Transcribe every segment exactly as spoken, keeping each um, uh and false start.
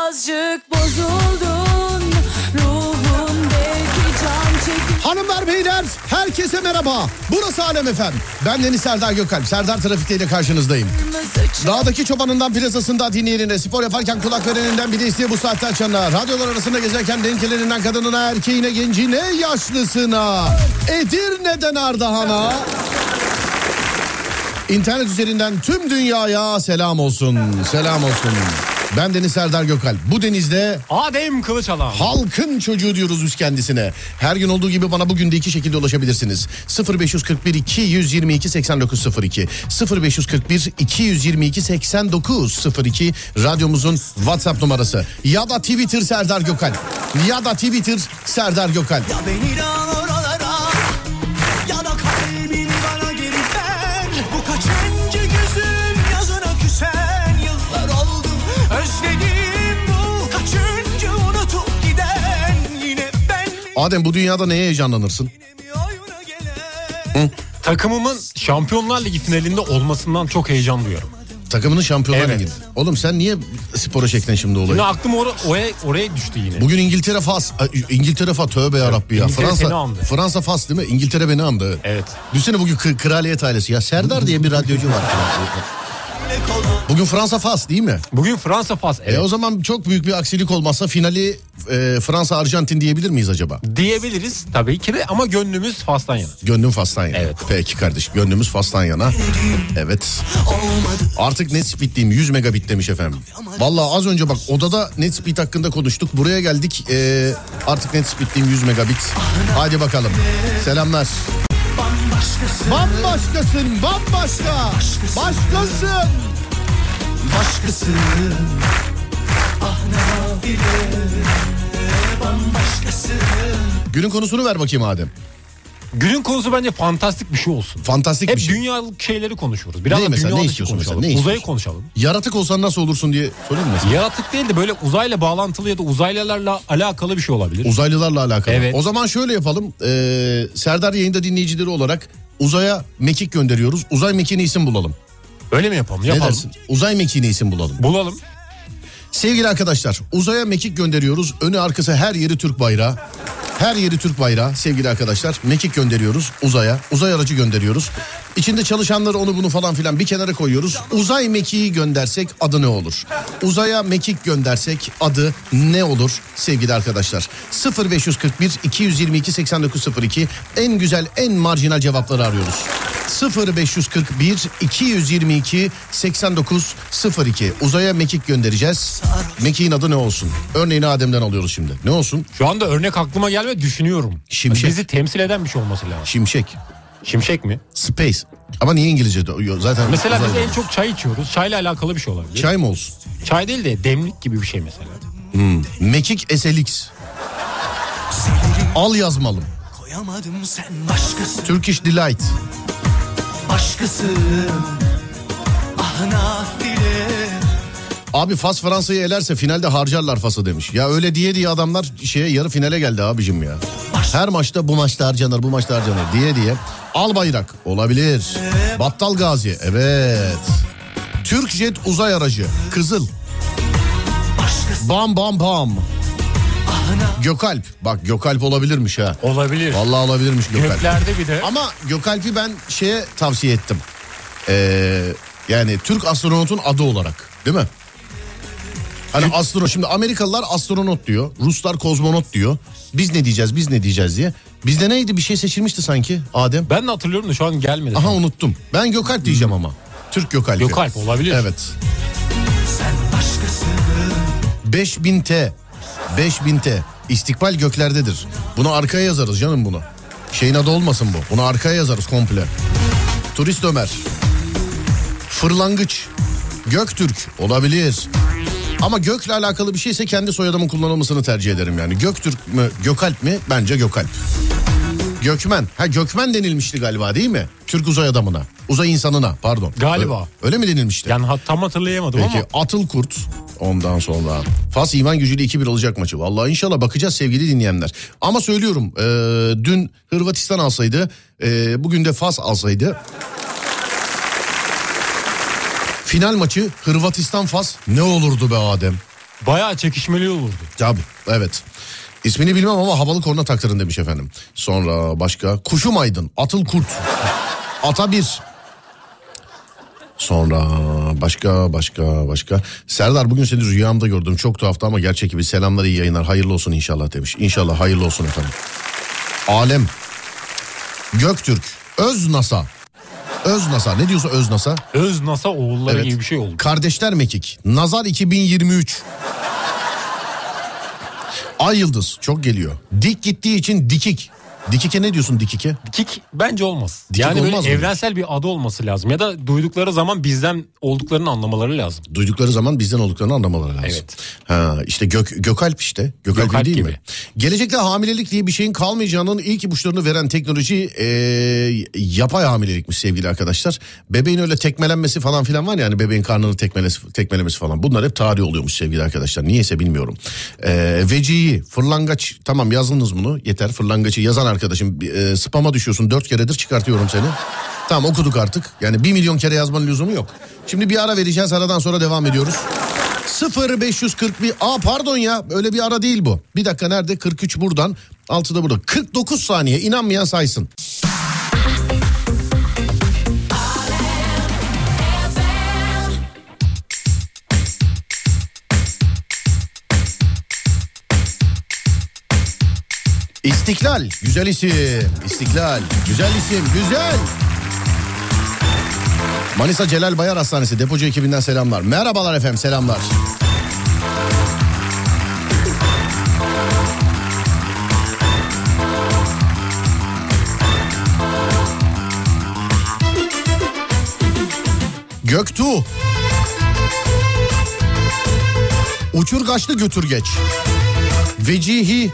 birazcık bozuldun. Ruhun belki can çekti. Hanımlar beyler herkese merhaba. Burası Alem Efem. Ben Deniz Serdar Gökalp. Serdar Trafik'te ile karşınızdayım. Dağdaki çobanından plazasında dinleyenine, spor yaparken kulak vereninden bir de isteye bu saatte açanına, radyolar arasında gezerken denkelerinden kadınına, erkeğine, gencine, yaşlısına, Edirne'den Ardahan'a, İnternet üzerinden tüm dünyaya selam olsun. Selam olsun. Ben Deniz Serdar Gökalp. Bu denizde Adem Kılıçalan. Halkın çocuğu diyoruz biz kendisine. Her gün olduğu gibi bana bugün de iki şekilde ulaşabilirsiniz. sıfır beş kırk bir iki yüz yirmi iki seksen dokuz sıfır iki sıfır beş kırk bir iki yüz yirmi iki seksen dokuz sıfır iki radyomuzun WhatsApp numarası. Ya da Twitter Serdar Gökalp. Ya da Twitter Serdar Gökalp. Ya beni de oralara, ya da kalbini bana geri ver. Bu kaçıncı gözüm yazına küsen yıllar oldu. Özledim bu kaçıncı unutup giden yine ben. Adem, bu dünyada neye heyecanlanırsın? Hı? Takımımın Şampiyonlar Ligi finalinde olmasından çok heyecan duyuyorum. Takımının Şampiyonlar Evet. Ligi'nde. Oğlum sen niye spora çektin şimdi olayı? Şimdi aklım or- oraya, oraya düştü yine. Bugün İngiltere Fas. İngiltere Fas, tövbe yarabbi ya. İngiltere seni Fransa, andı. Fransa Fas değil mi? İngiltere beni andı. Evet. Düşünsene bugün k- kraliyet ailesi. Ya Serdar diye bir radyocu var. Bugün Fransa Fas değil mi? Bugün Fransa Fas. Evet. E o zaman çok büyük bir aksilik olmazsa finali e, Fransa Arjantin diyebilir miyiz acaba? Diyebiliriz tabii ki de ama gönlümüz Fas'tan yana. Gönlüm Fas'tan yana. Evet. Peki kardeş, gönlümüz Fas'tan yana. Evet. Artık net speed'liyim, yüz megabit demiş efendim. Vallahi az önce bak odada net speed hakkında konuştuk. Buraya geldik e, artık net speed'liyim, yüz megabit. Hadi bakalım. Selamlar. Bambaşkasın, bambaşka. Başkasın. Başkasın. Ah ne bile bambaşkasın. Günün konusunu ver bakayım Adem. Günün konusu bence fantastik bir şey olsun. Fantastik Hep bir şey. dünyalık şeyleri konuşuyoruz. Biraz Ne da mesela, dünya ne dışı istiyorsun konuşalım. mesela, ne Uzayı istiyorsun? konuşalım. Yaratık olsan nasıl olursun diye sorayım mı mesela? Yaratık değil de böyle uzayla bağlantılı ya da uzaylılarla alakalı bir şey olabilir. Uzaylılarla alakalı. Evet. O zaman şöyle yapalım. Ee, Serdar yayında dinleyicileri olarak uzaya mekik gönderiyoruz. Uzay mekiğine isim bulalım. Öyle mi yapalım? Ne Yapalım. dersin? Uzay mekiğine isim bulalım. Bulalım. Sevgili arkadaşlar, uzaya mekik gönderiyoruz. Önü arkası her yeri Türk bayrağı. Her yeri Türk bayrağı sevgili arkadaşlar. Mekik gönderiyoruz uzaya. Uzay aracı gönderiyoruz. İçinde çalışanları onu bunu falan filan bir kenara koyuyoruz. Uzay mekiği göndersek adı ne olur? Uzaya mekik göndersek adı ne olur sevgili arkadaşlar? sıfır beş kırk bir iki yüz yirmi iki seksen dokuz sıfır iki en güzel en marjinal cevapları arıyoruz. sıfır beş kırk bir iki yüz yirmi iki seksen dokuz sıfır iki uzaya mekik göndereceğiz. Mekiğin adı ne olsun? Örneğini Adem'den alıyoruz şimdi. Ne olsun? Şu anda örnek aklıma gelme düşünüyorum. Şimşek. Bizi temsil eden bir şey olması lazım. Şimşek. Şimşek mi? Space. Ama niye İngilizce? Zaten Mesela biz uzay- en çok çay içiyoruz. Çayla alakalı bir şey olabilir. Çay mı olsun? Çay değil de demlik gibi bir şey mesela. Hmm. Mekik S L X. Al yazmalım. Koyamadım sen başkasın. Turkish Delight. Başkasın. Ah nafile. Abi Fas Fransa'yı elerse finalde harcarlar Fas'ı demiş. Ya öyle diye diye adamlar şeye yarı finale geldi abicim ya. Her maçta bu maçta harcanır, bu maçta harcanır diye diye. Al bayrak olabilir. Battal Gazi evet. Türk Jet uzay aracı Kızıl. Bam bam bam. Gökalp. Bak Gökalp olabilirmiş ha. Olabilir. Vallahi olabilirmiş Gökalp. Göklerde bir de. Ama Gökalp'i ben şeye tavsiye ettim. Ee, yani Türk astronotun adı olarak. Değil mi? Hani astronot. Şimdi Amerikalılar astronot diyor. Ruslar kozmonot diyor. Biz ne diyeceğiz biz ne diyeceğiz diye. Bizde neydi bir şey seçilmişti sanki Adem? Ben de hatırlıyorum da şu an gelmedi. Aha unuttum. Ben Gökalp diyeceğim ama. Türk Gökalp'i. Gökalp olabilir. Evet. beş bin T. beş bin T. İstikbal göklerdedir. Bunu arkaya yazarız canım bunu. Şeyin adı olmasın bu. Bunu arkaya yazarız komple. Turist Ömer. Fırlangıç. Göktürk olabilir. Ama Gök'le alakalı bir şeyse kendi soyadımın kullanılmasını tercih ederim yani. Göktürk mü Gökalp mi? Bence Gökalp. Gökmen. Ha Gökmen denilmişti galiba değil mi? Türk uzay adamına. Uzay insanına pardon. Galiba. Öyle, öyle mi denilmişti? Yani ha, tam hatırlayamadım Peki ama. Atıl Kurt ondan sonra. Fas iman gücüyle iki bir olacak maçı. Vallahi inşallah bakacağız sevgili dinleyenler. Ama söylüyorum e, dün Hırvatistan alsaydı e, bugün de Fas alsaydı. Final maçı Hırvatistan Fas ne olurdu be Adem? Bayağı çekişmeli olurdu. Tabii, evet. İsmini bilmem ama havalı korna taktırın demiş efendim. Sonra başka Kuşum Aydın, Atıl Kurt, Ata bir. Sonra başka başka başka. Serdar, bugün seni rüyamda gördüm. Çok tuhaftı ama gerçek gibi. Selamlar, iyi yayınlar. Hayırlı olsun inşallah demiş. İnşallah hayırlı olsun efendim. Alem, Göktürk, Öz NASA. Öz NASA. Ne diyorsun Öz NASA? Öz NASA oğulları Evet. gibi bir şey oldu. Kardeşler Mekik. Nazar iki bin yirmi üç. Ay Yıldız çok geliyor. Dik gittiği için dikik. Dikike ne diyorsun dikike? Dikik bence olmaz. Dikik yani olmaz böyle mı? evrensel bir adı olması lazım. Ya da duydukları zaman bizden olduklarını anlamaları lazım. Duydukları zaman bizden olduklarını anlamaları lazım. Evet. Ha, işte Gök, Gökalp işte. Gökalp, Gökalp değil gibi. mi? Gelecekte hamilelik diye bir şeyin kalmayacağının ilk ipuçlarını veren teknoloji e, yapay hamilelikmiş sevgili arkadaşlar. Bebeğin öyle tekmelenmesi falan filan var ya, hani bebeğin karnını tekmelesi, tekmelemesi falan. Bunlar hep tarih oluyormuş sevgili arkadaşlar. Niyeyse bilmiyorum. E, vecihi, fırlangaç, tamam yazdınız bunu yeter. Fırlangaçı yazan arkadaşım, e, spama düşüyorsun, dört keredir çıkartıyorum seni. Tamam, okuduk artık. Yani bir milyon kere yazmanın lüzumu yok. Şimdi bir ara vereceğiz, aradan sonra devam ediyoruz. sıfır beş yüz kırk bir, aa pardon ya, öyle bir ara değil bu. Bir dakika, nerede? kırk üç buradan, altıda burada. kırk dokuz saniye, inanmayan saysın. İstiklal, güzel isim. İstiklal, güzel isim, güzel. Manisa Celal Bayar Hastanesi depocu ekibinden selamlar. Merhabalar efendim, selamlar. Göktuğ. Uçurgaçlı götürgeç. Vecihi.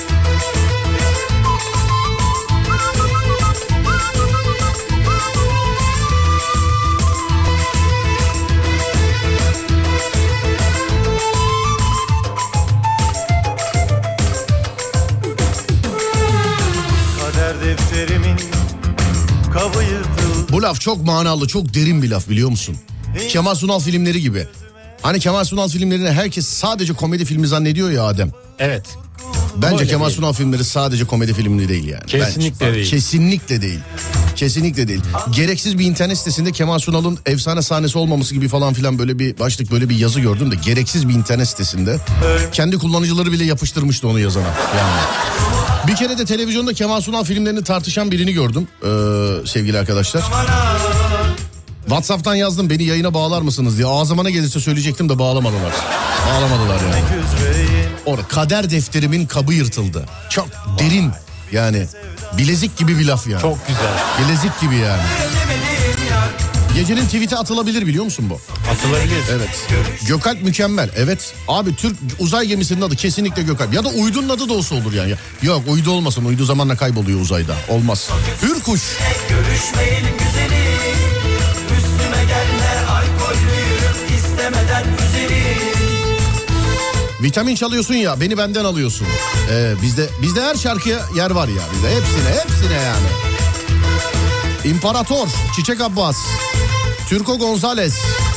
Bu laf çok manalı, çok derin bir laf, biliyor musun? Kemal Sunal filmleri gibi. Hani Kemal Sunal filmlerini herkes sadece komedi filmi zannediyor ya Adem. Evet. Bence Öyle Kemal değil. Sunal filmleri sadece komedi filmi değil yani. Kesinlikle Bence. değil. Kesinlikle değil. Kesinlikle değil. Gereksiz bir internet sitesinde Kemal Sunal'ın efsane sahnesi olmaması gibi falan filan böyle bir başlık, böyle bir yazı gördüm de, gereksiz bir internet sitesinde. Kendi kullanıcıları bile yapıştırmıştı onu yazana. Yani. Bir kere de televizyonda Kemal Sunal filmlerini tartışan birini gördüm ee, sevgili arkadaşlar. WhatsApp'tan yazdım, beni yayına bağlar mısınız diye. Ağzıma ne gelirse söyleyecektim de bağlamadılar. Bağlamadılar yani. Orada kader defterimin kabı yırtıldı. Çok derin yani, bilezik gibi bir laf yani. Çok güzel. Bilezik gibi yani. Gecenin tweet'e atılabilir, biliyor musun bu? Atılabilir. Evet. Gökalp mükemmel. Evet. Abi Türk uzay gemisinin adı kesinlikle Gökalp. Ya da uydunun adı da olsa olur yani. Yok, uydu olmasın. Uydu zamanla kayboluyor uzayda. Olmaz. Hürkuş. Görüşmeyelim güzelim. Üstüme gelme alkollüyüm. İstemeden güzelim. Vitamin çalıyorsun ya, beni benden alıyorsun. Ee, bizde bizde her şarkıya yer var ya, bizde hepsine hepsine yani. İmparator, Çiçek Abbas, Türko Gonzales,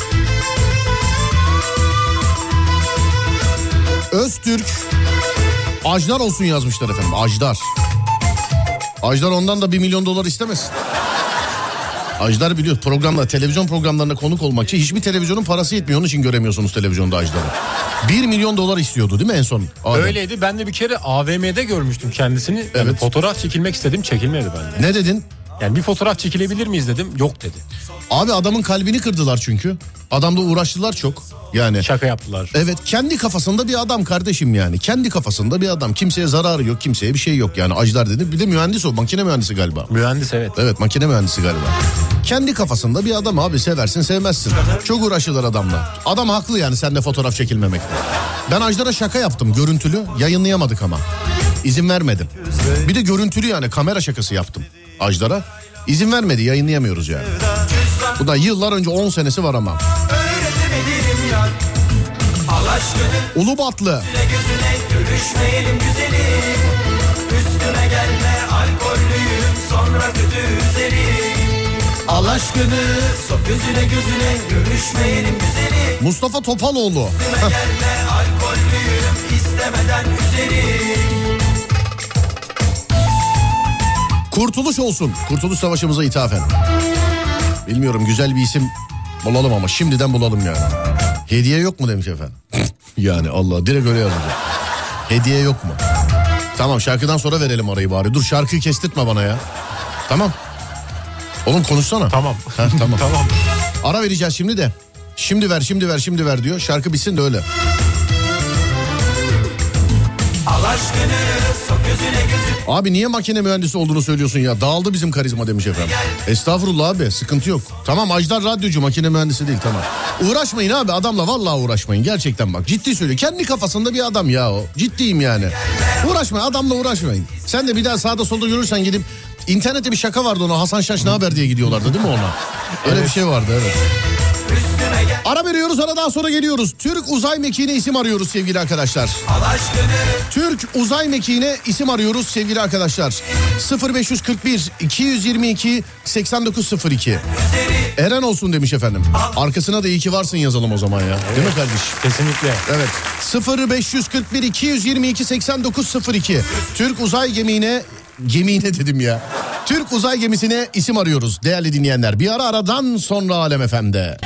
Öztürk, Ajdar olsun yazmışlar efendim, Ajdar. Ajdar ondan da bir milyon dolar istemesin. Ajdar biliyor, programda, televizyon programlarına konuk olmak için hiçbir televizyonun parası yetmiyor. Onun için göremiyorsunuz televizyonda Ajdar'ı. Bir milyon dolar istiyordu değil mi en son? Adem. Öyleydi. Ben de bir kere A V M'de görmüştüm kendisini. Yani Evet. fotoğraf çekilmek istedim, çekilmedi bende. Ne dedin? Yani bir fotoğraf çekilebilir miyiz dedim. Yok dedi. Abi adamın kalbini kırdılar çünkü. Adamla uğraştılar çok. Yani Şaka yaptılar. evet, kendi kafasında bir adam kardeşim yani. Kendi kafasında bir adam. Kimseye zararı yok, kimseye bir şey yok yani. Ajdar dedi. Bir de mühendis o, makine mühendisi galiba. Mühendis, evet. Evet, makine mühendisi galiba. Kendi kafasında bir adam abi, seversin sevmezsin. Çok uğraşıyorlar adamla. Adam haklı yani sende fotoğraf çekilmemekte. Ben Ajdar'a şaka yaptım görüntülü, yayınlayamadık ama. İzin vermedim. Bir de görüntülü yani, kamera şakası yaptım Ajdar'a. İzin vermedi, yayınlayamıyoruz yani. Bu da yıllar önce, on senesi var ama. Ulubatlı. Gözüne görüşmeyelim güzelim. Üstüme gelme alkollüyüm. Sonra kötü üzerim. Al aşkını sok gözüne gözüne. Görüşmeyelim güzelim. Mustafa Topaloğlu. Üstüme gelme alkollüyüm. istemeden üzerim. Kurtuluş olsun. Kurtuluş Savaşımıza ithafen. Bilmiyorum, güzel bir isim bulalım ama şimdiden bulalım yani. Hediye yok mu demiş efendim. Yani Allah, direkt öyle yazıyor. Hediye yok mu? Tamam, şarkıdan sonra verelim arayı bari. Dur, şarkıyı kestirtme bana ya. Tamam. Oğlum konuşsana. Tamam. Ha, tamam. Tamam. Ara vereceğiz şimdi de. Şimdi ver, şimdi ver, şimdi ver diyor. Şarkı bitsin de öyle. Al aşkını sok gözüne gözü. Abi niye makine mühendisi olduğunu söylüyorsun ya? Dağıldı bizim karizma demiş efendim. Estağfurullah abi, sıkıntı yok. Tamam, Ajdar radyocu, makine mühendisi değil, tamam. Uğraşmayın abi adamla, vallahi uğraşmayın. Gerçekten bak, ciddi söylüyor. Kendi kafasında bir adam ya o. Ciddiyim yani. Uğraşmayın, adamla uğraşmayın. Sen de bir daha sağda solda görürsen gidip... İnternette bir şaka vardı ona, Hasan Şaş ne haber diye gidiyorlardı değil mi ona? Öyle evet. Bir şey vardı, evet. Ara veriyoruz, aradan sonra geliyoruz. Türk Uzay Mekiğine isim arıyoruz sevgili arkadaşlar. Türk Uzay Mekiğine isim arıyoruz sevgili arkadaşlar. sıfır beş kırk bir iki yüz yirmi iki seksen dokuz sıfır iki. Eren olsun demiş efendim. Arkasına da iyi ki varsın yazalım o zaman ya. Evet. Değil mi kardeş? Kesinlikle. Evet. sıfır beş kırk bir iki yüz yirmi iki seksen dokuz sıfır iki. Türk Uzay Gemiğine... Gemiğine dedim ya. Türk uzay gemisine isim arıyoruz değerli dinleyenler. Bir ara aradan sonra Alem F M'de.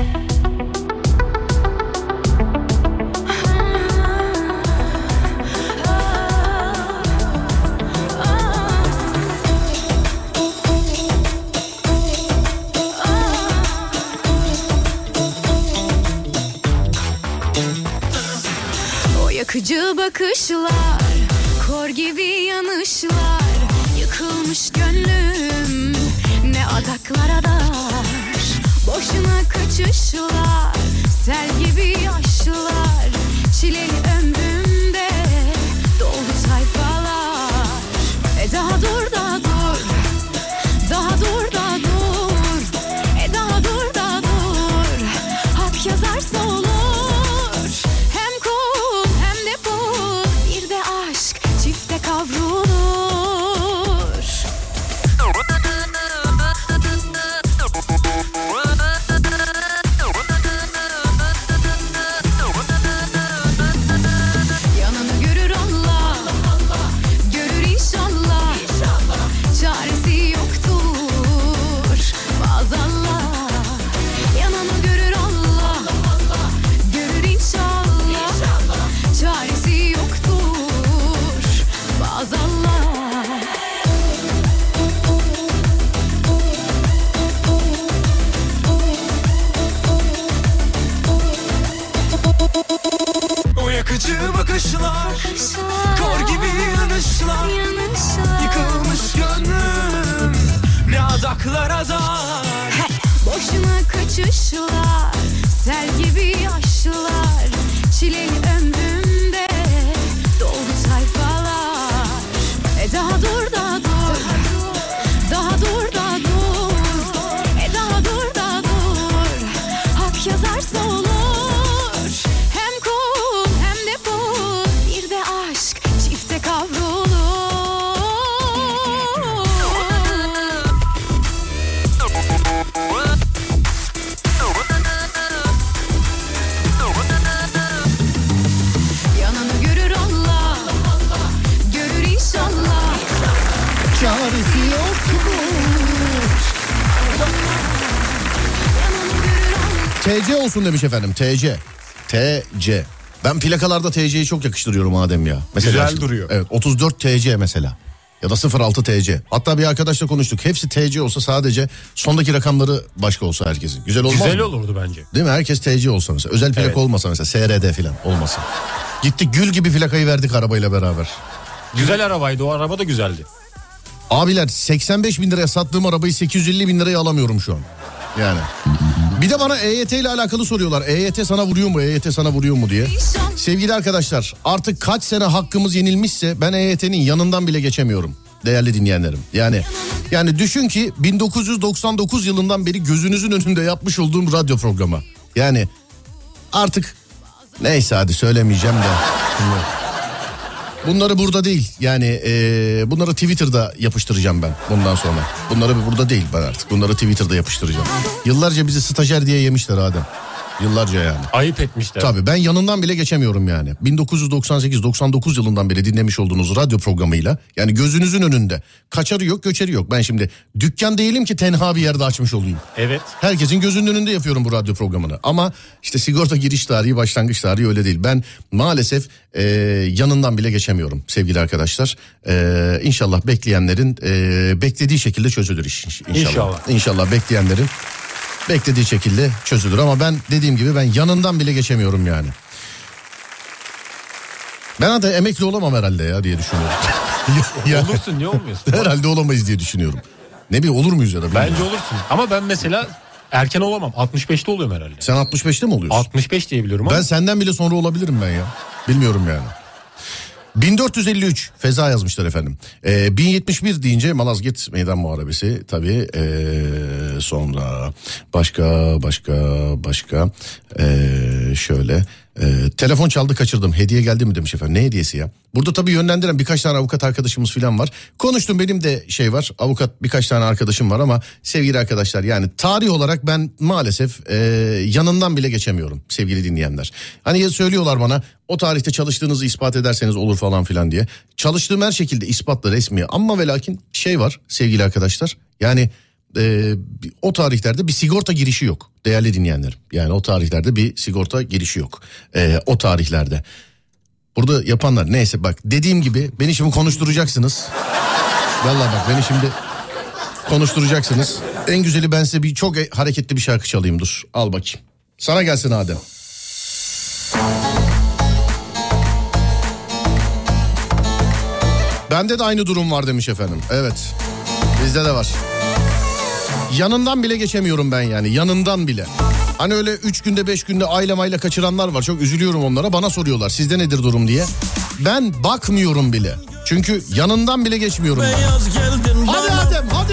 O yakıcı bakışlar, kor gibi yanışlar, yıkılmış gönlüm ne adaklara dar. Boşuna kaçışlar, sel gibi yaşlar, çileli ömrümde doldu sayfalar. E daha dur da dur, daha dur da dur, e daha dur da dur, hak yazarsa olur. Hem kul hem de bul, bir de aşk çifte kavrulur. Yanını görür Allah, görür inşallah, çaresi yoktur maazallah. Yanını görür Allah, görür inşallah, çaresi yoktur maazallah. O yakıcı bakışlar, kor gibi yanışlar, yıkılmış gönlüm ne adaklara dar. Boşuna kaçışlar, sel gibi yaşlar, çileli ömrümde doldu sayfalar. E daha dur da dur, daha dur da dur, e daha dur da dur, hak yazarsa olur. Hem kul hem de bul, bir de aşk çifte kavrulur. Yanını görür Allah, görür inşallah. Çaresi yoktur. T C olsun demiş efendim. T C. T C. Ben plakalarda T C'yi çok yakıştırıyorum Adem ya. Mesela Güzel işte, duruyor. Evet, otuz dört T C mesela. Ya da sıfır altı T C. Hatta bir arkadaşla konuştuk. Hepsi T C olsa, sadece sondaki rakamları başka olsa herkesin. Güzel olmaz Güzel mı? olurdu bence. Değil mi? Herkes T C olsa mesela. Özel plaka Evet. olmasa mesela. S R D falan olmasa. Gittik gül gibi plakayı verdik arabayla beraber. Güzel arabaydı, o araba da güzeldi. Abiler seksen beş bin liraya sattığım arabayı sekiz yüz elli bin liraya alamıyorum şu an. Yani. Bir de bana E Y T ile alakalı soruyorlar. E Y T sana vuruyor mu? E Y T sana vuruyor mu diye. Sevgili arkadaşlar, artık kaç sene hakkımız yenilmişse ben E Y T'nin yanından bile geçemiyorum. Değerli dinleyenlerim. Yani yani düşün ki bin dokuz yüz doksan dokuz yılından beri gözünüzün önünde yapmış olduğum radyo programı. Yani artık neyse, hadi söylemeyeceğim de. Bunları burada değil. Yani e, bunları Twitter'da yapıştıracağım ben bundan sonra. Bunları burada değil ben artık. Bunları Twitter'da yapıştıracağım. Yıllarca bizi stajyer diye yemişler Adem. Yıllarca yani. Ayıp etmişler. Tabii ben yanından bile geçemiyorum yani. bin dokuz yüz doksan sekiz doksan dokuz yılından beri dinlemiş olduğunuz radyo programıyla yani gözünüzün önünde kaçarı yok göçeri yok. Ben şimdi dükkan değilim ki tenha bir yerde açmış olayım. Evet. Herkesin gözünün önünde yapıyorum bu radyo programını. Ama işte sigorta giriş tarihi başlangıç tarihi öyle değil. Ben maalesef e, yanından bile geçemiyorum sevgili arkadaşlar. E, İnşallah bekleyenlerin e, beklediği şekilde çözülür iş. İnşallah. İnşallah. İnşallah bekleyenlerin beklediği şekilde çözülür ama ben dediğim gibi ben yanından bile geçemiyorum yani. Ben hatta emekli olamam herhalde ya diye düşünüyorum. Yani, olursun niye olmuyorsun? herhalde olamayız diye düşünüyorum. Ne bileyim olur muyuz ya da bilmiyorum. Bence olursun. Ama ben mesela erken olamam. altmış beşte oluyorum herhalde. Sen altmış beşte mi oluyorsun? altmış beş diye biliyorum ama. Ben senden bile sonra olabilirim ben ya. Bilmiyorum yani. bin dört yüz elli üç Feza yazmışlar efendim. Ee, bin yetmiş bir deyince Malazgirt Meydan Muharebesi tabii. Ee, sonra başka başka başka ee, şöyle ee, telefon çaldı kaçırdım. Hediye geldi mi demiş efendim. Ne hediyesi ya? Burada tabii yönlendiren birkaç tane avukat arkadaşımız falan var. Konuştum benim de şey var. Avukat birkaç tane arkadaşım var ama sevgili arkadaşlar yani tarih olarak ben maalesef ee, yanından bile geçemiyorum sevgili dinleyenler. Hani söylüyorlar bana o tarihte çalıştığınızı ispat ederseniz olur falan filan diye. Çalıştığım her şekilde ispatlı resmi ama ve lakin şey var sevgili arkadaşlar. Yani e, o tarihlerde bir sigorta girişi yok değerli dinleyenlerim. Yani o tarihlerde bir sigorta girişi yok. E, o tarihlerde. Burada yapanlar neyse bak dediğim gibi beni şimdi konuşturacaksınız. Vallahi bak beni şimdi konuşturacaksınız. En güzeli ben size bir çok hareketli bir şarkı çalayım dur. Al bakayım. Sana gelsin Adem. Bende de aynı durum var demiş efendim. Evet. Bizde de var. Yanından bile geçemiyorum ben yani. Yanından bile. Hani öyle üç günde beş günde aile mayla kaçıranlar var. Çok üzülüyorum onlara. Bana soruyorlar sizde nedir durum diye. Ben bakmıyorum bile. Çünkü yanından bile geçmiyorum ben. Hadi Adem hadi.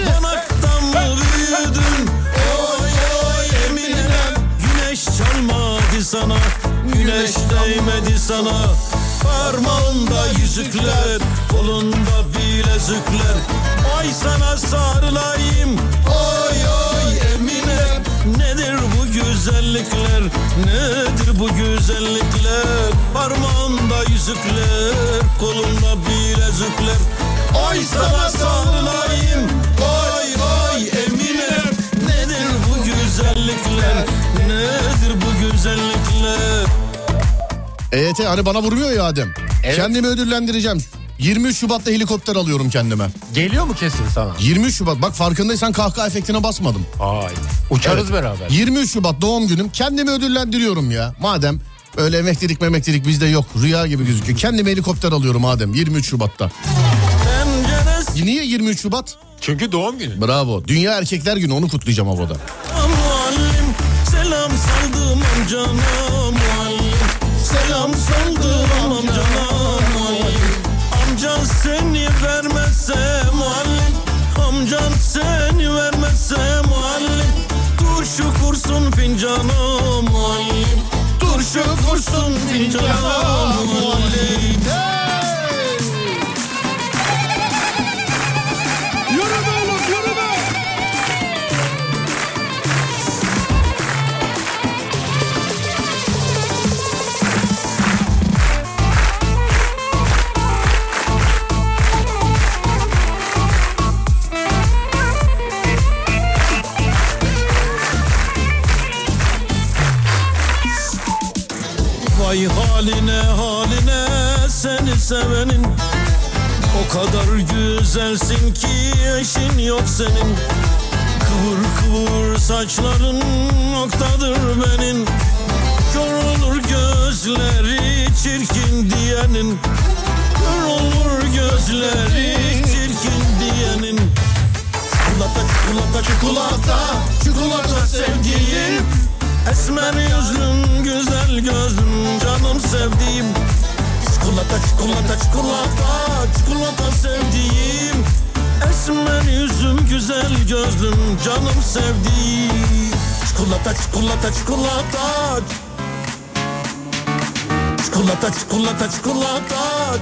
Oy oy Eminem. Güneş çalmadı sana. Güneş değmedi sana. Parmağında yüzükler, kolunda bilezikler. Ay sana sarılayım. Oy oy Eminem. Nedir bu güzellikler? Nedir bu güzellikler? Parmağında yüzükler, kolunda bilezikler. Ay sana sarılayım. Oy oy Eminem. Nedir bu güzellikler? Nedir bu güzellikler? E Y T hani bana vurmuyor ya Adem. Evet. Kendimi ödüllendireceğim. yirmi üç Şubat'ta helikopter alıyorum kendime. Geliyor mu kesin sana? yirmi üç Şubat bak farkındaysan kahkaha efektine basmadım. Ay. Uçarız Evet. beraber. yirmi üç Şubat doğum günüm kendimi ödüllendiriyorum ya. Madem öyle emeklilik memeklilik bizde yok rüya gibi gözüküyor. Kendime helikopter alıyorum Adem yirmi üç Şubat'ta. Niye yirmi üç Şubat? Çünkü doğum günü. Bravo. Dünya Erkekler Günü onu kutlayacağım havada. Muallim selam saldım amcana muallim. Selam saldım amcana muallim. Amcan seni vermezse muallim. Amcan seni vermezse muallim. Turşu kursun fincana muallim. Turşu kursun fincana muallim. Vay haline haline seni sevenin. O kadar güzelsin ki eşin yok senin. Kıvır kıvır saçların noktadır benim. Kör olur gözleri çirkin diyenin. Kör olur gözleri çirkin diyenin. Çikolata çikolata çikolata çikolata sevdiğim. Esmer yüzlüm, güzel gözlüm, canım sevdiğim. Çikolata, çikolata, çikolata, çikolata sevdiğim. Esmer yüzüm, güzel gözlüm, canım sevdiğim. Çikolata, çikolata, çikolata. Çikolata, çikolata, çikolata.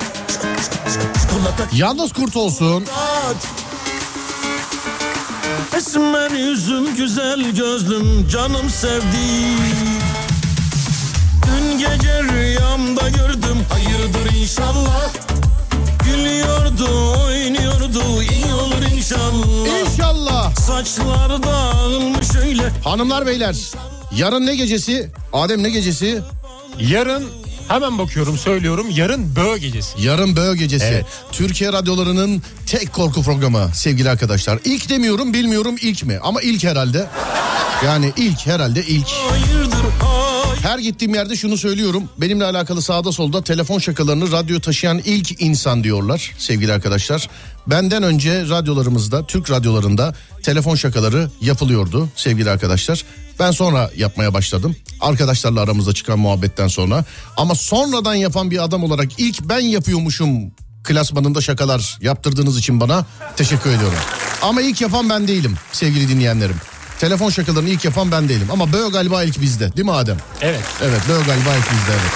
Çikolata. Yalnız kurt olsun. Esmer yüzüm, güzel gözlüm, canım sevdiğim. Dün gece rüyamda gördüm, hayırdır inşallah. Gülüyordu, oynuyordu, iyi olur inşallah. İnşallah. Saçlar dağılmış öyle. Hanımlar beyler, yarın ne gecesi? Adem ne gecesi? Yarın hemen bakıyorum söylüyorum. Yarın Böğ gecesi. Yarın Böğ gecesi. Evet. Türkiye radyolarının tek korku programı sevgili arkadaşlar. İlk demiyorum, bilmiyorum ilk mi? Ama ilk herhalde. Yani ilk herhalde ilk. Hayırdır, ay. Her gittiğim yerde şunu söylüyorum. Benimle alakalı sağda solda telefon şakalarını radyo taşıyan ilk insan diyorlar sevgili arkadaşlar. Benden önce radyolarımızda, Türk radyolarında telefon şakaları yapılıyordu sevgili arkadaşlar. Ben sonra yapmaya başladım. Arkadaşlarla aramızda çıkan muhabbetten sonra. Ama sonradan yapan bir adam olarak ilk ben yapıyormuşum klasmanında şakalar yaptırdığınız için bana teşekkür ediyorum. Ama ilk yapan ben değilim sevgili dinleyenlerim. Telefon şakalarını ilk yapan ben değilim. Ama Böğ galiba ilk bizde, değil mi Adem? Evet. Evet, Böğ galiba ilk bizde, evet.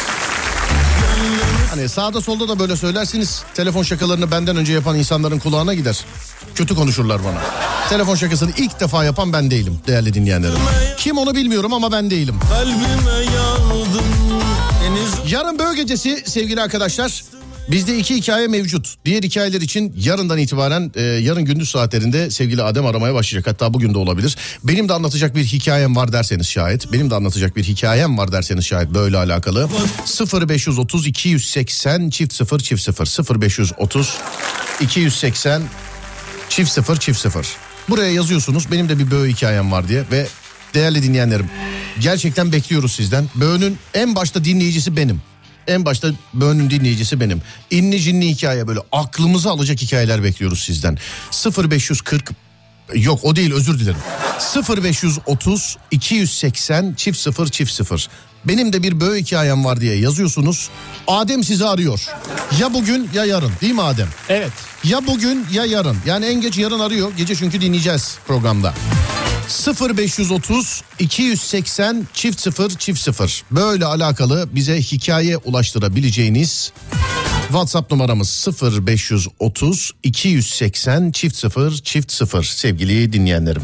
Hani sağda solda da böyle söylersiniz. Telefon şakalarını benden önce yapan insanların kulağına gider. Kötü konuşurlar bana. Telefon şakasını ilk defa yapan ben değilim değerli dinleyenlerim. Kim onu bilmiyorum ama ben değilim. Kalbime yandım. Deniz... Yarın Böğ gecesi sevgili arkadaşlar. Bizde iki hikaye mevcut. Diğer hikayeler için yarından itibaren e, yarın gündüz saatlerinde sevgili Adem aramaya başlayacak. Hatta bugün de olabilir. Benim de anlatacak bir hikayem var derseniz şayet. Benim de anlatacak bir hikayem var derseniz şayet böyle alakalı. sıfır beş otuz iki yüz seksen çift sıfır çift sıfır sıfır beş otuz iki yüz seksen çift sıfır çift sıfır. Buraya yazıyorsunuz benim de bir Böğ hikayem var diye ve değerli dinleyenlerim gerçekten bekliyoruz sizden. Böğ'ün en başta dinleyicisi benim. En başta Böğ'ün dinleyicisi benim. İnli cinli hikaye böyle aklımızı alacak hikayeler bekliyoruz sizden. sıfır beş kırk yok o değil özür dilerim. sıfır beş otuz iki yüz seksen çift sıfır çift sıfır. Benim de bir Böğ hikayem var diye yazıyorsunuz. Adem sizi arıyor. Ya bugün ya yarın değil mi Adem? Evet. Ya bugün ya yarın. Yani en geç yarın arıyor. Gece çünkü dinleyeceğiz programda. sıfır beş otuz iki yüz seksen çift sıfır çift sıfır. Böyle alakalı bize hikaye ulaştırabileceğiniz WhatsApp numaramız sıfır beş otuz iki yüz seksen çift sıfır çift sıfır sevgili dinleyenlerim.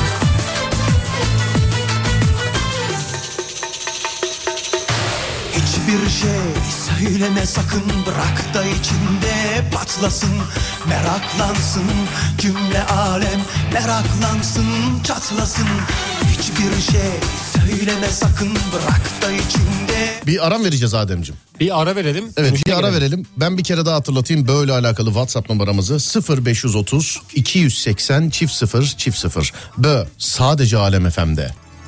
Hiçbir şey söyleme sakın, bırak da içinde patlasın. Meraklansın cümle alem, meraklansın çatlasın. Hiçbir şey söyleme sakın, bırak da içinde. Bir ara vereceğiz Ademciğim. Bir ara verelim. Evet Dönüşte bir ara gelelim. verelim. Ben bir kere daha hatırlatayım böyle alakalı WhatsApp numaramızı sıfır beş otuz iki yüz seksen çift sıfır çift sıfır. Bö sadece Alem F M'de.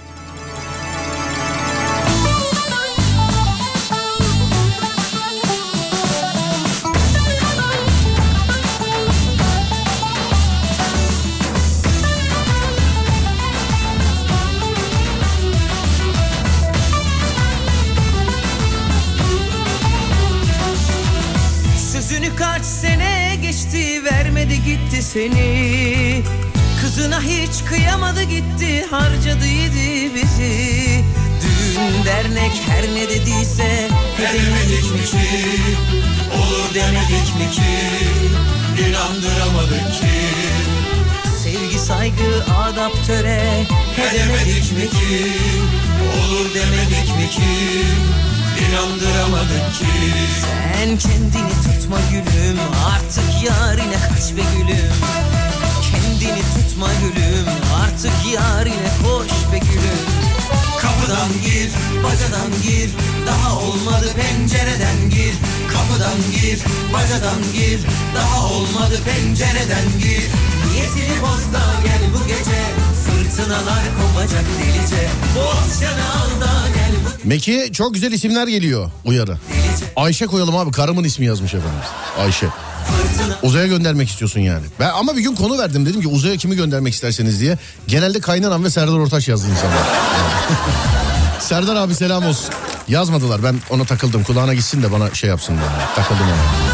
Kaç sene geçti vermedi gitti seni. Kızına hiç kıyamadı gitti, harcadı yedi bizi. Düğün dernek her ne dediyse edemedik mi ki? Olur demedik mi ki? İnandıramadık ki. Sevgi saygı adap töre edemedik mi ki? Olur demedik mi ki? İnandıramadık ki. Sen kendini tutma gülüm, artık yarine kaç be gülüm. Kendini tutma gülüm, artık yarine koş be gülüm. Kapıdan gir, bacadan gir, daha olmadı pencereden gir. Kapıdan gir, bacadan gir, daha olmadı pencereden gir. Niyetini boz da gel bu gece, fırtınalar kopacak delice. Bohçanı al da gel bu. Meki'ye çok güzel isimler geliyor uyarı. Ayşe koyalım abi, karımın ismi yazmış efendim. Ayşe. Uzay'a göndermek istiyorsun yani. Ben ama bir gün konu verdim, dedim ki Uzay'a kimi göndermek isterseniz diye. Genelde Kaynanan ve Serdar Ortaç yazdı insanlar. Serdar abi selam olsun. Yazmadılar, ben ona takıldım, kulağına gitsin de bana şey yapsın diye. Takıldım ona.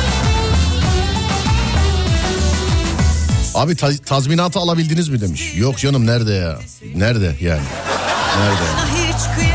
Abi taz, tazminatı alabildiniz mi demiş. Yok canım, nerede ya? Nerede yani? Nerede?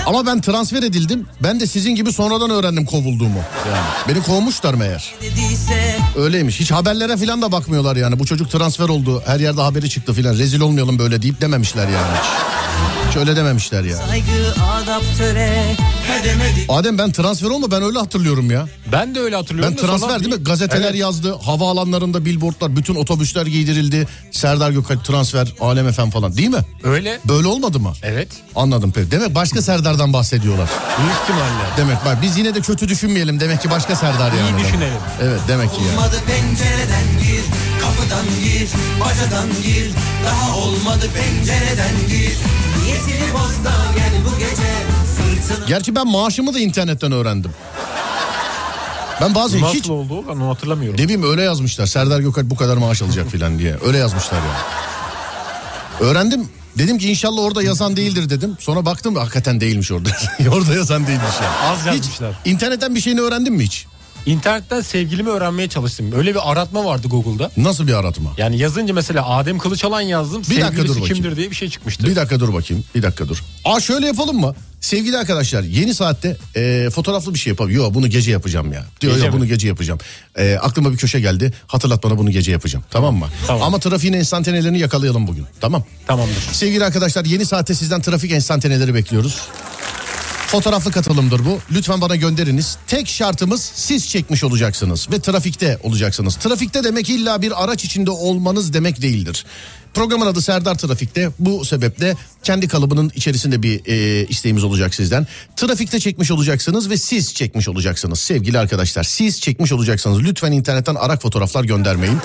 Ama ben transfer edildim. Ben de sizin gibi sonradan öğrendim kovulduğumu. Yani beni kovmuşlar meğer. Dediyse Öyleymiş. Hiç haberlere falan da bakmıyorlar yani. Bu çocuk transfer oldu. Her yerde haberi çıktı falan. Rezil olmayalım böyle deyip dememişler yani. Hiç öyle dememişler ya. saygı adaptöre edemedi. Adem ben transfer olma, ben öyle hatırlıyorum ya. Ben de öyle hatırlıyorum. Ben da transfer sonra değil mi? bir- Gazeteler Evet. yazdı. Havaalanlarında billboardlar, bütün otobüsler giydirildi. Serdar Gökalp transfer, Alem Efem falan, değil mi? Öyle. Böyle olmadı mı? Evet. Anladım peki. Demek başka Serdar'dan bahsediyorlar. Büyük ihtimalle. Demek bak biz yine de kötü düşünmeyelim. Demek ki başka Serdar yani. İyi düşünelim. Evet demek ki ya. Olmadı pencereden gir, kapıdan gir, bacadan gir. Daha olmadı pencereden gir. Niyetini boz da gel bu gece fırtına. Gerçi ben maaşımı da internetten öğrendim. Ben bazı Nasıl hiç oldu ben onu hatırlamıyorum. ne bileyim öyle yazmışlar. Serdar Gökalp bu kadar maaş alacak filan diye. Öyle yazmışlar yani. Öğrendim. Dedim ki inşallah orada yazan değildir dedim. Sonra baktım hakikaten değilmiş orada. Orada yazan değilmiş yani. Az yazmışlar. Hiç internetten bir şeyini öğrendin mi hiç? İnternetten sevgilimi öğrenmeye çalıştım. Öyle bir aratma vardı Google'da. Nasıl bir aratma? Yani yazınca mesela Adem Kılıçalan yazdım. Bir dakika dur Sevgilisi bakayım. kimdir diye bir şey çıkmıştı. Bir dakika dur bakayım. Bir dakika dur. Aa şöyle yapalım mı? Sevgili arkadaşlar yeni saatte e, fotoğraflı bir şey yapalım. Yok bunu gece yapacağım ya. Diyor Gece ya mi? bunu gece yapacağım. E, aklıma bir köşe geldi. Hatırlat bana bunu gece yapacağım. Tamam mı? Tamam. Ama trafiğin enstantanelerini yakalayalım bugün. Tamam. Tamamdır. Sevgili arkadaşlar yeni saatte sizden trafik enstantaneleri bekliyoruz. Fotoğraflı katılımdır bu. Lütfen bana gönderiniz. Tek şartımız siz çekmiş olacaksınız ve trafikte olacaksınız. Trafikte demek illa bir araç içinde olmanız demek değildir. Programın adı Serdar Trafik'te. Bu sebeple kendi kalıbının içerisinde bir e, isteğimiz olacak sizden. Trafikte çekmiş olacaksınız ve siz çekmiş olacaksınız sevgili arkadaşlar. Siz çekmiş olacaksınız. Lütfen internetten arak fotoğraflar göndermeyin.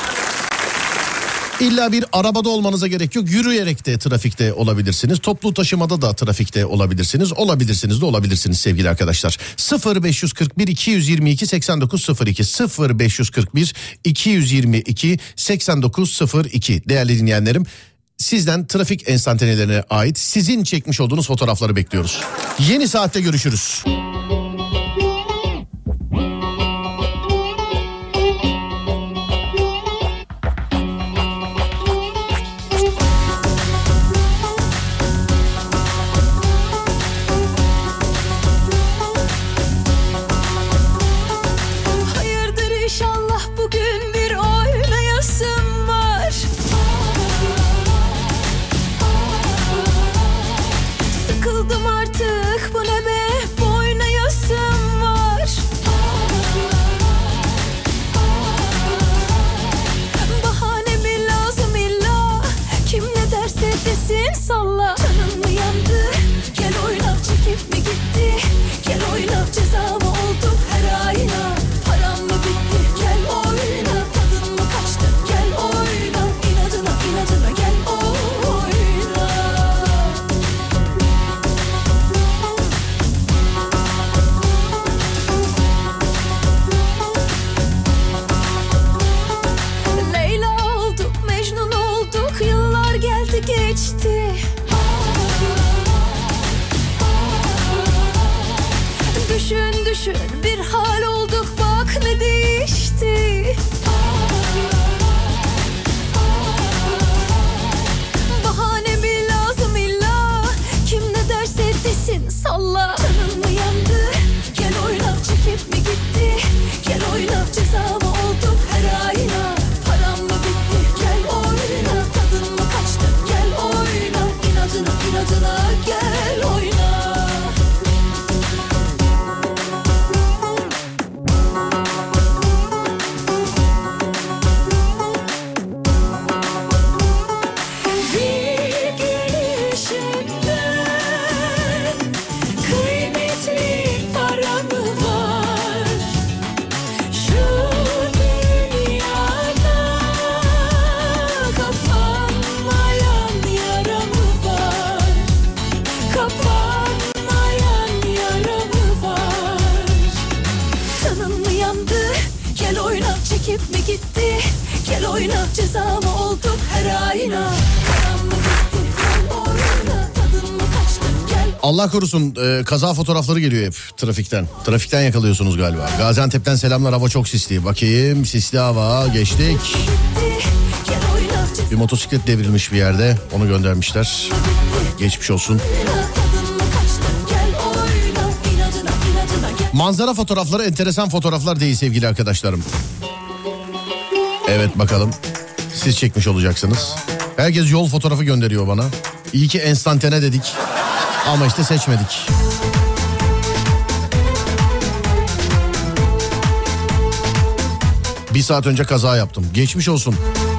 İlla bir arabada olmanıza gerek yok. Yürüyerek de trafikte olabilirsiniz. Toplu taşımada da trafikte olabilirsiniz. Olabilirsiniz de olabilirsiniz sevgili arkadaşlar. sıfır beş kırk bir iki yüz yirmi iki seksen dokuz sıfır iki sıfır beş kırk bir iki yüz yirmi iki seksen dokuz sıfır iki değerli dinleyenlerim. Sizden trafik enstantanelerine ait sizin çekmiş olduğunuz fotoğrafları bekliyoruz. Yeni saatte görüşürüz. Hayırdır inşallah bugün bir oynayasım var. Sıkıldım artık bu ne be, bu oynayasım var. Bahane mi lazım illa, kim ne derse desin salla. Canım mı yandı, gel oyna, çekip mi gitti? Gel oyna, ceza mı olduk her ayına? Param mı bitti, gel oyna. Tadın mı kaçtı, gel oyna. İnadına inadına gel oyna. Leyla olduk, Mecnun olduk, yıllar geldi geçti. Düşün düşün bir hal olduk, bak ne değişti. Bahane mi lazım illa, kim ne derse desin salla. Canım mı yandı, gel oyna, çekip mi gitti? Gel oyna, ceza mı olduk her ayına? Param mı bitti, gel oyna. Tadın mı kaçtı, gel oyna. İnadına inadına gel oyna. Bir gülüşünden kıymetli para mı var? Şu dünyada kapanmayan yara mı var? Kapanmayan yara mı var? Canın mı yandı? Gel oyna, çekip mi gitti? Gel oyna, ceza mı olduk her ayına? Param mı bitti? Gel oyna, tadın mı kaçtı? Gel Allah korusun e, kaza fotoğrafları geliyor hep trafikten. Trafikten yakalıyorsunuz galiba. Gaziantep'ten selamlar, hava çok sisli. Bakayım sisli hava geçtik. gitti. Gel oyna, ceza Bir motosiklet devrilmiş bir yerde, onu göndermişler. Geçmiş olsun. tadın mı kaçtı? Gel Manzara fotoğrafları enteresan fotoğraflar değil sevgili arkadaşlarım. Evet bakalım. Siz çekmiş olacaksınız. Herkes yol fotoğrafı gönderiyor bana. İyi ki enstantane dedik. Ama işte seçmedik. Bir saat önce kaza yaptım. Geçmiş olsun.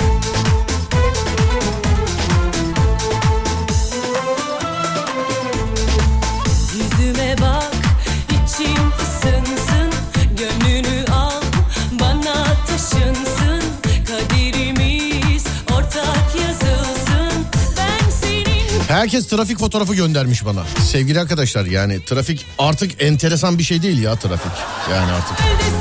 Yüzüme bak, içim ısınsın, gönlünü al, bana taşınsın, kaderimiz ortak yazılsın, ben senin... Herkes trafik fotoğrafı göndermiş bana. Sevgili arkadaşlar, yani trafik artık enteresan bir şey değil ya, trafik. Yani artık.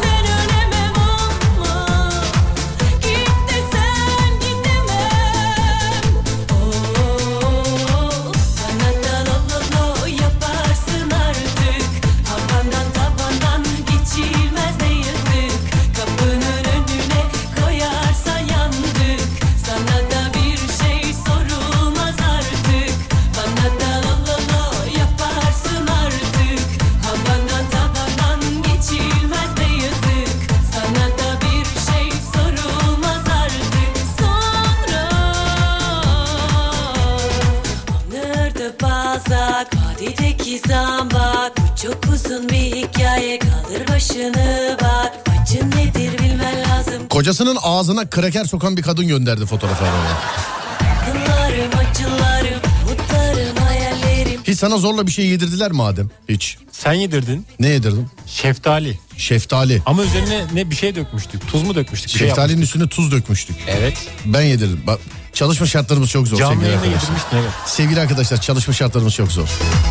Çok uzun bir hikaye, kaldır başını bak, acı nedir bilmen lazım. Kocasının ağzına kraker sokan bir kadın gönderdi fotoğrafı bana. Acılarım, acılarım, umutlarım, hayallerim. Hiç sana zorla bir şey yedirdiler mi Adem? Hiç. Sen yedirdin. Ne yedirdim? Şeftali. Şeftali. Ama üzerine ne bir şey dökmüştük. Tuz mu dökmüştük? Bir Şeftalinin şey üstüne tuz dökmüştük. Evet. Ben yedirdim. Bak, çalışma şartlarımız çok zor. Canlı yayında arkadaşlar. yedirmiştin, evet. Sevgili arkadaşlar, çalışma şartlarımız çok zor.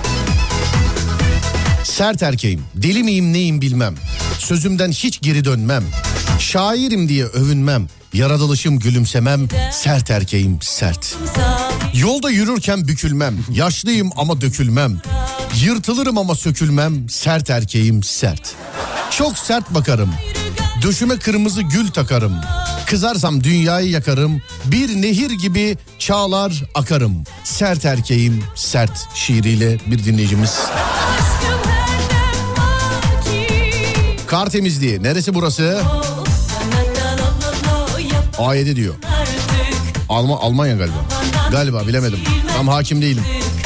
Sert erkeğim, deli miyim neyim bilmem. Sözümden hiç geri dönmem. Şairim diye övünmem. Yaratılışım gülümsemem. Sert erkeğim sert. Yolda yürürken bükülmem. Yaşlıyım ama dökülmem. Yırtılırım ama sökülmem. Sert erkeğim sert. Çok sert bakarım. Döşüme kırmızı gül takarım. Kızarsam dünyayı yakarım. Bir nehir gibi çağlar akarım. Sert erkeğim sert şiiriyle bir dinleyicimiz. Kar temizliği. Neresi burası? A yedi diyor. Alman, Almanya galiba. Galiba, bilemedim. Tam hakim değilim.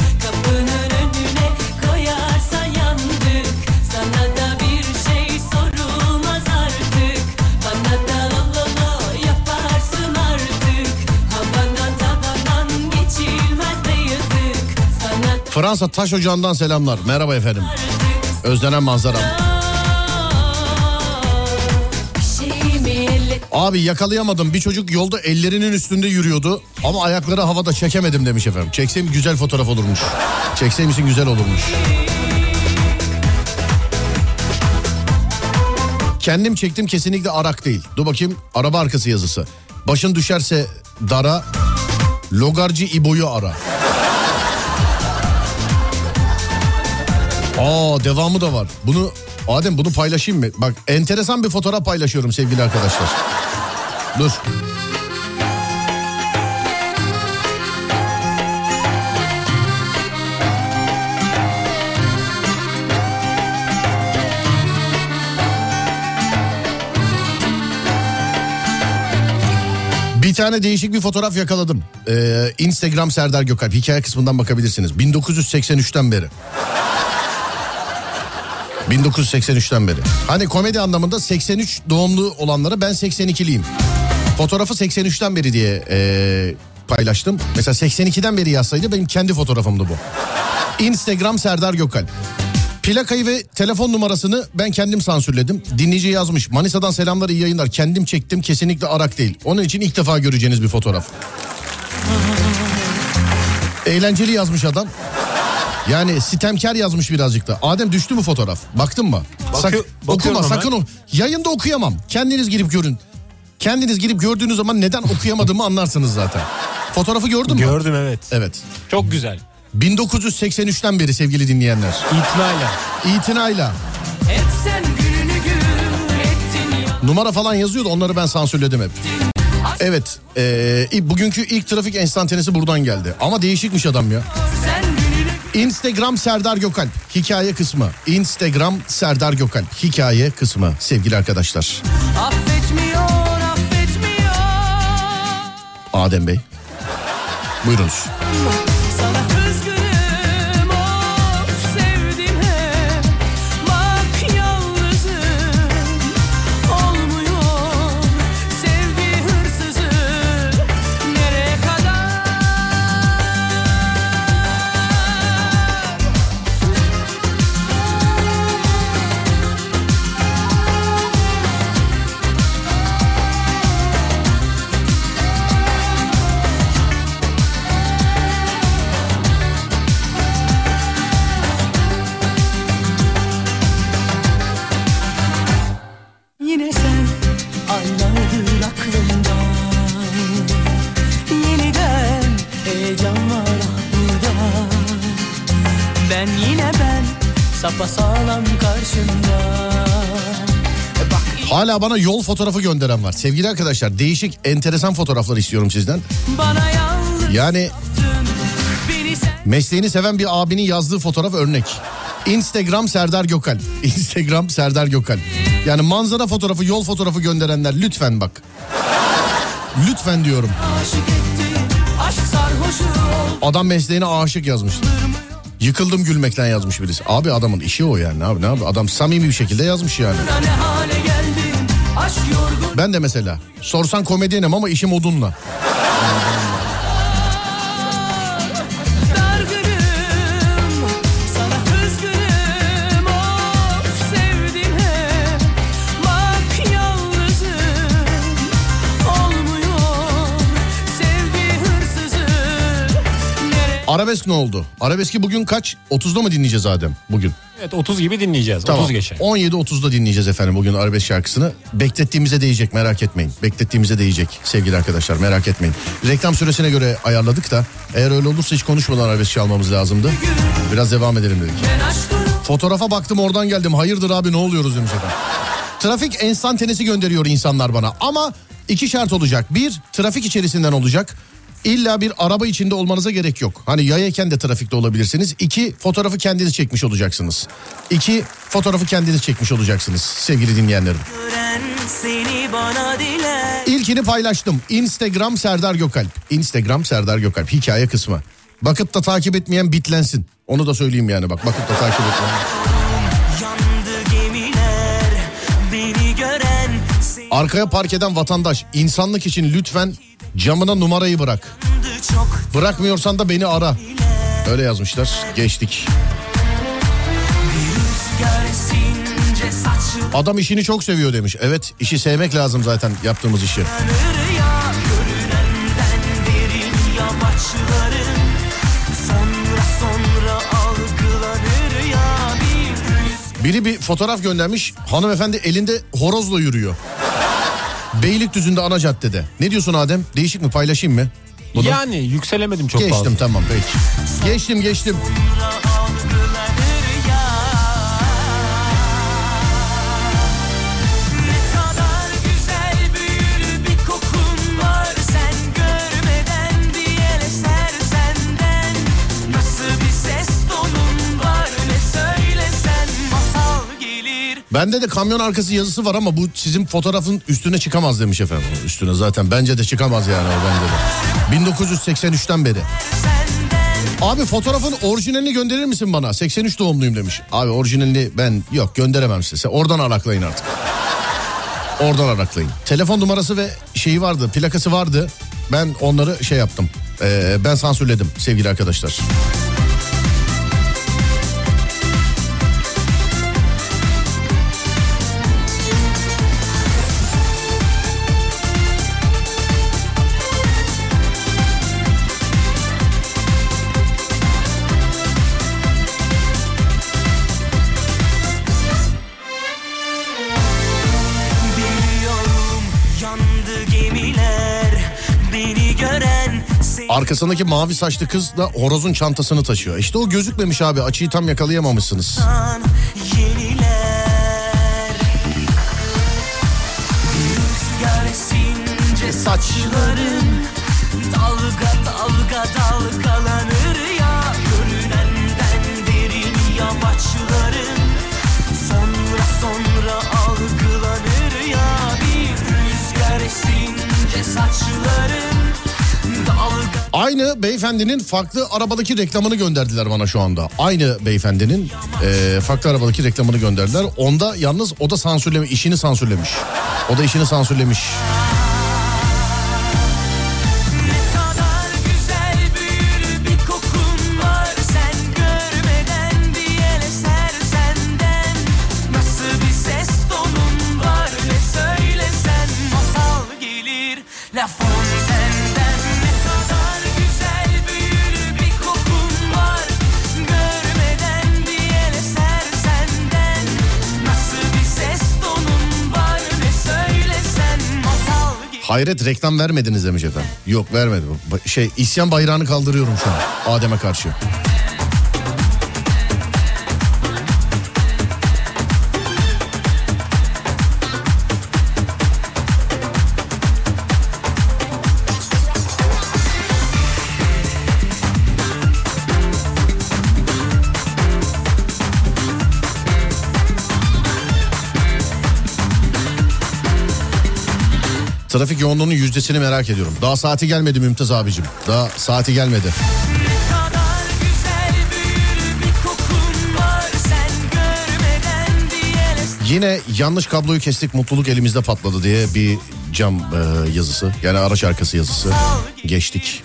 Fransa Taş Ocağı'ndan selamlar. Merhaba efendim. Özlenen manzaram. Abi yakalayamadım, bir çocuk yolda ellerinin üstünde yürüyordu ama ayakları havada, çekemedim demiş efendim. Çeksem güzel fotoğraf olurmuş. Çekseymişsin güzel olurmuş. Kendim çektim, kesinlikle arak değil. Dur bakayım, araba arkası yazısı. Başın düşerse dara, logarcı İbo'yu ara. Aa, devamı da var. Bunu Adem, bunu paylaşayım mı? Bak, enteresan bir fotoğraf paylaşıyorum sevgili arkadaşlar. Dur. Bir tane değişik bir fotoğraf yakaladım. Ee, Instagram Serdar Gökalp. Hikaye kısmından bakabilirsiniz. bin dokuz yüz seksen üçten beri. bin dokuz yüz seksen üçten beri. Hani komedi anlamında seksen üç doğumlu olanlara ben seksen ikiliyim. Fotoğrafı seksen üçten beri diye e, paylaştım. Mesela seksen ikiden beri yazsaydı benim kendi fotoğrafımdı bu. Instagram Serdar Gökalp. Plakayı ve telefon numarasını ben kendim sansürledim. Dinleyici yazmış. Manisa'dan selamlar, iyi yayınlar. Kendim çektim, kesinlikle arak değil. Onun için ilk defa göreceğiniz bir fotoğraf. Eğlenceli yazmış adam. Yani sitemkar yazmış birazcık da. Adem, düştü mü fotoğraf? Baktın mı? Sak- Bakı- okuma bakıyorum sakın o. Yayında okuyamam. Kendiniz girip görün. Kendiniz girip gördüğünüz zaman neden okuyamadığımı anlarsınız zaten. Fotoğrafı gördün mü? Gördüm, evet. Evet. Çok güzel. bin dokuz yüz seksen üçten beri sevgili dinleyenler. İtinayla. İtinayla. Hep sen gününü gün ettin ya. Numara falan yazıyordu, onları ben sansürledim hep. Evet, ee, bugünkü ilk trafik enstantanesi buradan geldi. Ama değişikmiş adam ya. Sen gününü Instagram Serdar Gökalp hikaye kısmı. Instagram Serdar Gökalp hikaye kısmı sevgili arkadaşlar. Affetmiyor, affetmiyor. Adem Bey. Buyurunuz. Sana kızgınım, of sevdim hep. Bak yalnızım, olmuyor. Sevgi hırsızı, nereye kadar? Yine sen aylardır aklımda. Yeniden heyecan var burada. Ben yine ben, sapasağlam karşında. Bak Hala bana yol fotoğrafı gönderen var. Sevgili arkadaşlar değişik enteresan fotoğraflar istiyorum sizden. bana yalnız Yani yaptın, beni sen mesleğini seven bir abinin yazdığı fotoğraf örnek. Instagram Serdar Gökalp. Instagram Serdar Gökalp. Yani manzara fotoğrafı, yol fotoğrafı gönderenler lütfen bak. Lütfen diyorum. aşık ettin, aşk sarhoşu ol. Adam mesleğine aşık yazmış. Yıkıldım gülmekten yazmış birisi. Abi adamın işi o yani. Abi ne abi? Adam samimi bir şekilde yazmış yani. Ne hale geldin, aşk yorgun. Ben de mesela sorsan komedyenim ama işim odunla. Dargınım, sana kızgınım, of sevdim hep. Bak yalnızım, olmuyor. Sevgi hırsızı, nereye? Arabesk ne oldu? Arabeski bugün kaç? otuzda mı dinleyeceğiz Adem bugün? Evet otuz gibi dinleyeceğiz. Tamam. otuz geçe. on yedi otuzda dinleyeceğiz efendim bugün arabesk şarkısını. Beklettiğimize değecek, merak etmeyin. Beklettiğimize değecek sevgili arkadaşlar, merak etmeyin. Reklam süresine göre ayarladık da eğer öyle olursa hiç konuşmadan arabesk çalmamız lazımdı. Biraz devam edelim dedik. Ben aşkını Fotoğrafa baktım oradan geldim. Hayırdır abi ne oluyoruz demiş efendim. Trafik enstantanesi gönderiyor insanlar bana. Ama iki şart olacak. Bir, trafik içerisinden olacak. İlla bir araba içinde olmanıza gerek yok. Hani yayayken de trafikte olabilirsiniz. İki, fotoğrafı kendiniz çekmiş olacaksınız. İki, fotoğrafı kendiniz çekmiş olacaksınız sevgili dinleyenlerim. Gören seni bana diler. İlkini paylaştım. Instagram Serdar Gökalp. Instagram Serdar Gökalp. Hikaye kısmı. Bakıp da takip etmeyen bitlensin. Onu da söyleyeyim yani bak. Bakıp da takip etmeyen. Yandı gemiler, beni gören seni Arkaya park eden vatandaş. İnsanlık için lütfen camına numarayı bırak. çok Bırakmıyorsan da beni ara. Öyle yazmışlar. Geçtik. rüzgar esince saçları Adam işini çok seviyor demiş. Evet, işi sevmek lazım zaten yaptığımız işi. ya. Görünenden derin yamaçların sonra sonra algılanır ya. Bir rüzgar Biri bir fotoğraf göndermiş. Hanımefendi elinde horozla yürüyor. Beylikdüzü'nde ana caddede. Ne diyorsun Adem? Değişik mi? Paylaşayım mı? Bunu? Yani yükselemedim çok Geçtim fazla. tamam peki. Geçtim geçtim. algılanır ya. Ne kadar güzel büyülü bir kokun var, sen görmeden diye eser senden. Nasıl bir ses tonun var, ne söylesen masal gelir. Bende de kamyon arkası yazısı var ama bu sizin fotoğrafın üstüne çıkamaz demiş efendim. Üstüne zaten bence de çıkamaz yani o bence de. bin dokuz yüz seksen üçten beri. Abi fotoğrafın orijinalini gönderir misin bana? seksen üç doğumluyum demiş. Abi orijinalini ben yok gönderemem size. Oradan araklayın artık. Oradan araklayın. Telefon numarası ve şeyi vardı, plakası vardı. Ben onları şey yaptım. Ee, ben sansürledim sevgili arkadaşlar. Biliyorum yandı gemiler, beni gören seni Arkasındaki mavi saçlı kız da horozun çantasını taşıyor. İşte o gözükmemiş abi. Açıyı tam yakalayamamışsınız. yeniler. Rüzgar esince saçların dalga dalga dalgalanır ya. Görünenden Aynı beyefendinin farklı arabadaki reklamını gönderdiler bana şu anda. Aynı beyefendinin e, farklı arabadaki reklamını gönderdiler. Onda yalnız o da sansürlemiş, işini sansürlemiş. O da işini sansürlemiş. Hayret, reklam vermediniz demiş efendim. Yok, vermedim. Şey, isyan bayrağını kaldırıyorum şu an Adem'e karşı. Trafik yoğunluğunun yüzdesini merak ediyorum. Daha saati gelmedi Mümtaz abicim. Daha saati gelmedi. Yine yanlış kabloyu kestik, mutluluk elimizde patladı diye bir cam e, yazısı. Yani araç arkası yazısı. Geçtik.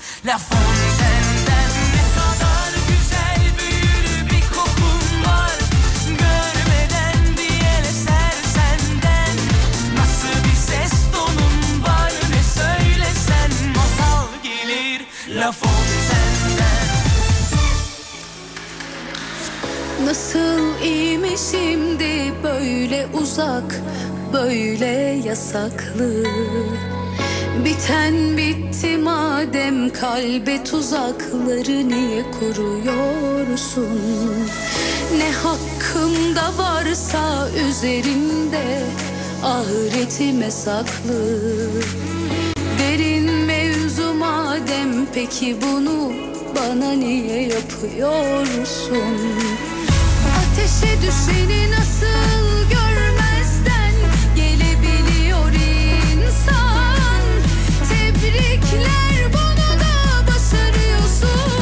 Nasıl iyi mi şimdi böyle uzak, böyle yasaklı? Biten bitti madem, kalbe tuzakları niye kuruyorsun? Ne hakkımda varsa üzerimde ahiretime saklı. Derin mevzu madem, peki bunu bana niye yapıyorsun? Ateşe düşeni nasıl görmezden gelebiliyor insan? Tebrikler, bunu da başarıyorsun.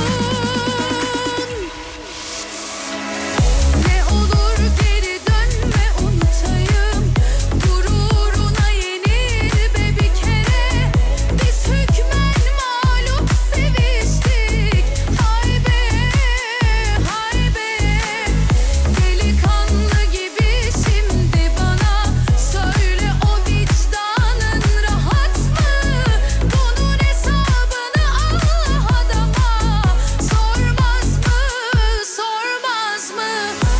Ne olur geri dönme, unutayım. Gururuna yenil be bir kere. Biz hükmen mağlup seviştik. Hay be, hay be. Delikanlı gibi şimdi bana söyle, o vicdanın rahat mı? Bunun hesabını Allah adama sormaz mı, sormaz mı?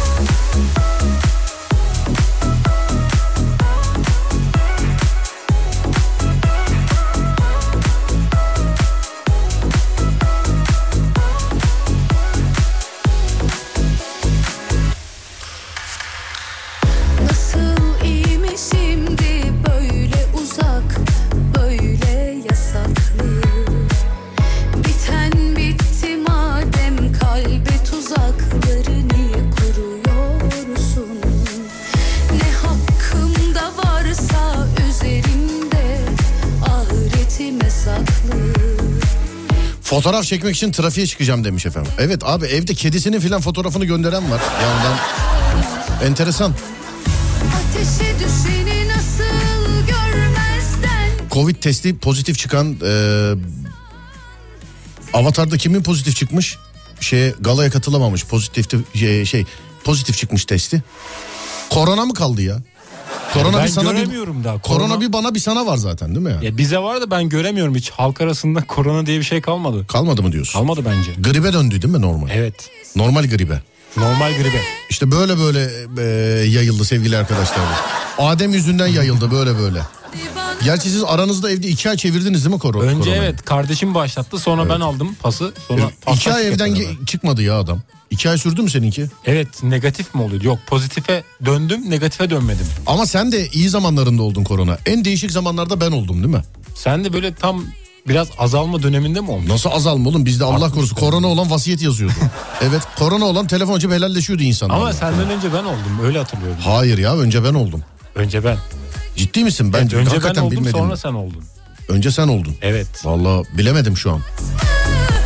Nasıl iyi mi şimdi böyle uzak, böyle yasaklı? Biten bitti madem, kalbe tuzakları niye kuruyorsun? Ne hakkımda varsa üzerimde ahiretime saklı. Fotoğraf çekmek için trafiğe çıkacağım demiş efendim. Evet abi, evde kedisinin filan fotoğrafını gönderen var. Yani ben... Enteresan. Ateşe düşeni nasıl görmezden? Covid testi pozitif çıkan e, Avatar'da kimin pozitif çıkmış? Şey, galaya katılamamış. Pozitif şey, şey pozitif çıkmış testi. Korona mı kaldı ya? Korona ben bir sana göremiyorum bir, daha. Korona... Korona bir bana bir sana var zaten değil mi yani? Ya bize var da ben göremiyorum hiç. Halk arasında korona diye bir şey kalmadı. Kalmadı mı diyorsun? Kalmadı bence. Gribe döndü değil mi normal? Evet. Normal gribe. Normal gribe. İşte böyle böyle e, yayıldı sevgili arkadaşlar. Adem yüzünden yayıldı böyle böyle. Gerçi siz aranızda evde iki ay çevirdiniz değil mi korona? Önce koronayı? evet, kardeşim başlattı, sonra Evet. ben aldım pası. Sonra Evet, pas iki ay taktık evden hep beraber. ge- çıkmadı ya adam. İki ay sürdü mü seninki? Evet, negatif mi oluyor? Yok, pozitife döndüm, negatife dönmedim. Ama sen de iyi zamanlarında oldun korona. En değişik zamanlarda ben oldum değil mi? Sen de böyle tam biraz azalma döneminde mi olmuş? Nasıl azalma oğlum? Bizde Allah Artmış korusun tabii. korona olan vasiyet yazıyordu. Evet, korona olan telefon açıp helalleşiyordu insanlar. Ama senden önce ben oldum, öyle hatırlıyorum. Hayır ya, önce ben oldum. Önce ben. Ciddi misin? Ben Evet, önce ben hakikaten oldum, bilmedim. sonra sen oldun. Önce sen oldun. Evet. Vallahi bilemedim şu an.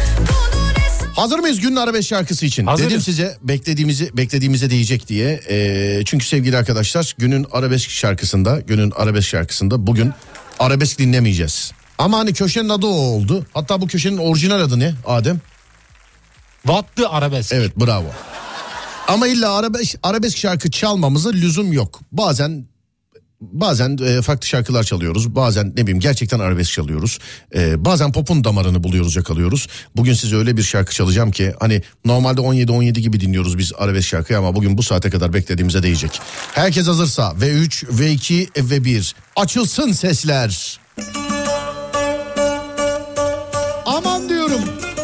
Hazır mıyız günün arabesk şarkısı için? Hazırız. Dedim size beklediğimizi beklediğimize değecek diye. Ee, çünkü sevgili arkadaşlar günün arabesk şarkısında, günün arabesk şarkısında bugün arabesk dinlemeyeceğiz. Ama hani köşenin adı o oldu. Hatta bu köşenin orijinal adı ne Adem? Vattı arabesk. Evet, bravo. Ama illa arabesk, arabesk şarkı çalmamıza lüzum yok. Bazen bazen e, farklı şarkılar çalıyoruz. Bazen ne bileyim gerçekten arabesk çalıyoruz. E, bazen popun damarını buluyoruz, yakalıyoruz. Bugün size öyle bir şarkı çalacağım ki hani normalde on yedi on yedi gibi dinliyoruz biz arabesk şarkıyı ama bugün bu saate kadar beklediğimize değecek. Herkes hazırsa V üç, V iki, V bir açılsın sesler. Aman diyorum.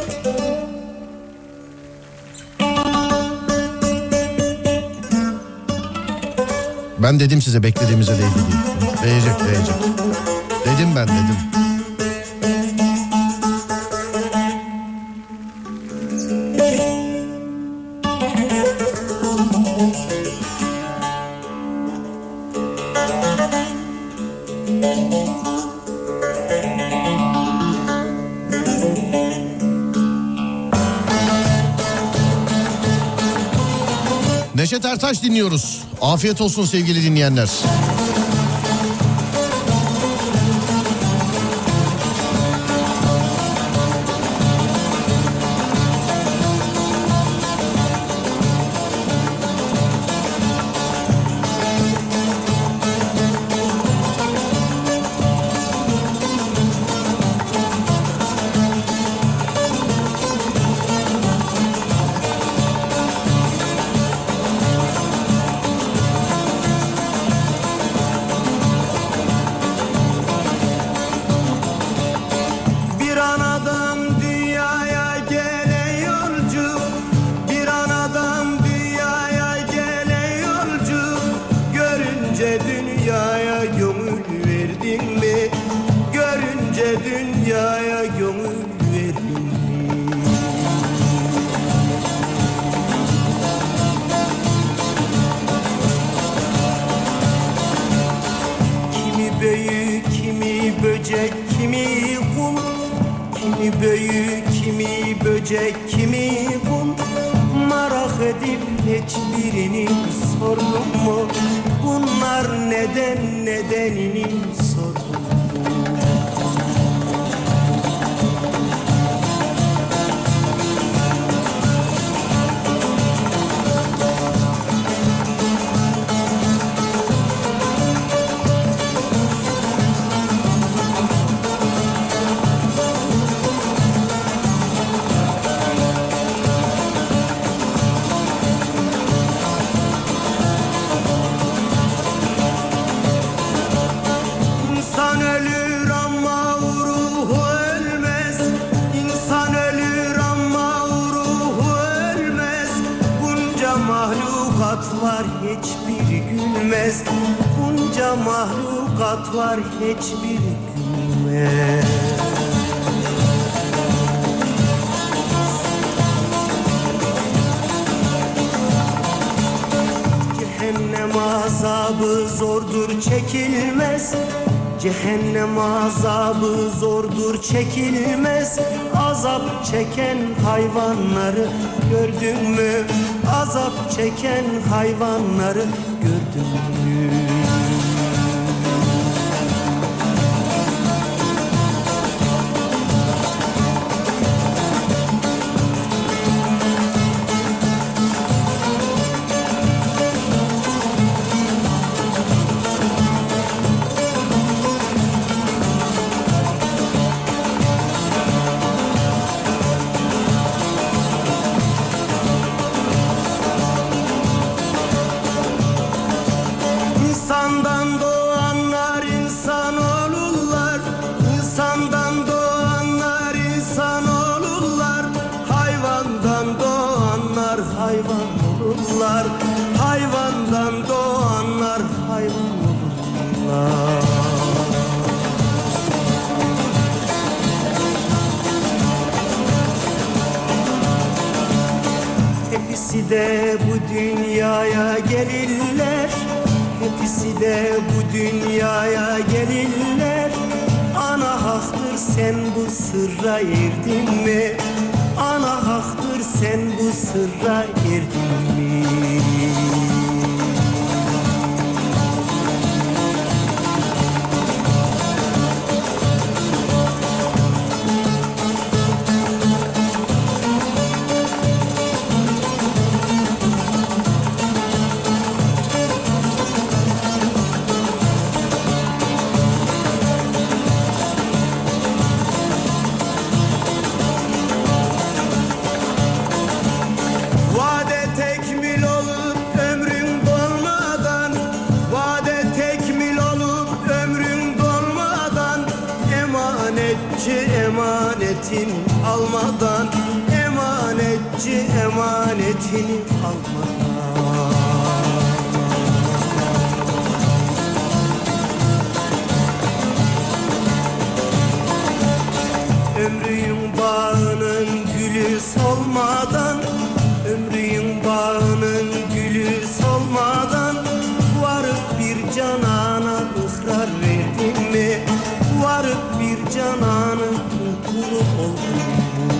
Ben dedim size beklediğimize değdi diye. Değecek, değecek. Dedim ben, dedim. Neşet Ertaş dinliyoruz. Afiyet olsun sevgili dinleyenler. Cehennem azabı zordur çekilmez. Azap çeken hayvanları gördün mü? Azap çeken hayvanları gördün mü? Hepsi de bu dünyaya gelirler. Hepsi de bu dünyaya gelirler. Ana haktır sen bu sırra erdin mi? Ana haktır olmaktır, sen bu sırra erdin mi? Almadan, emanetçi emanetini almadan. Ömrün bağının gülü solmadan, ömrün bağının gülü solmadan, varıp bir canana ısrar verdin mi? Varıp bir cananın kulu oldun mu?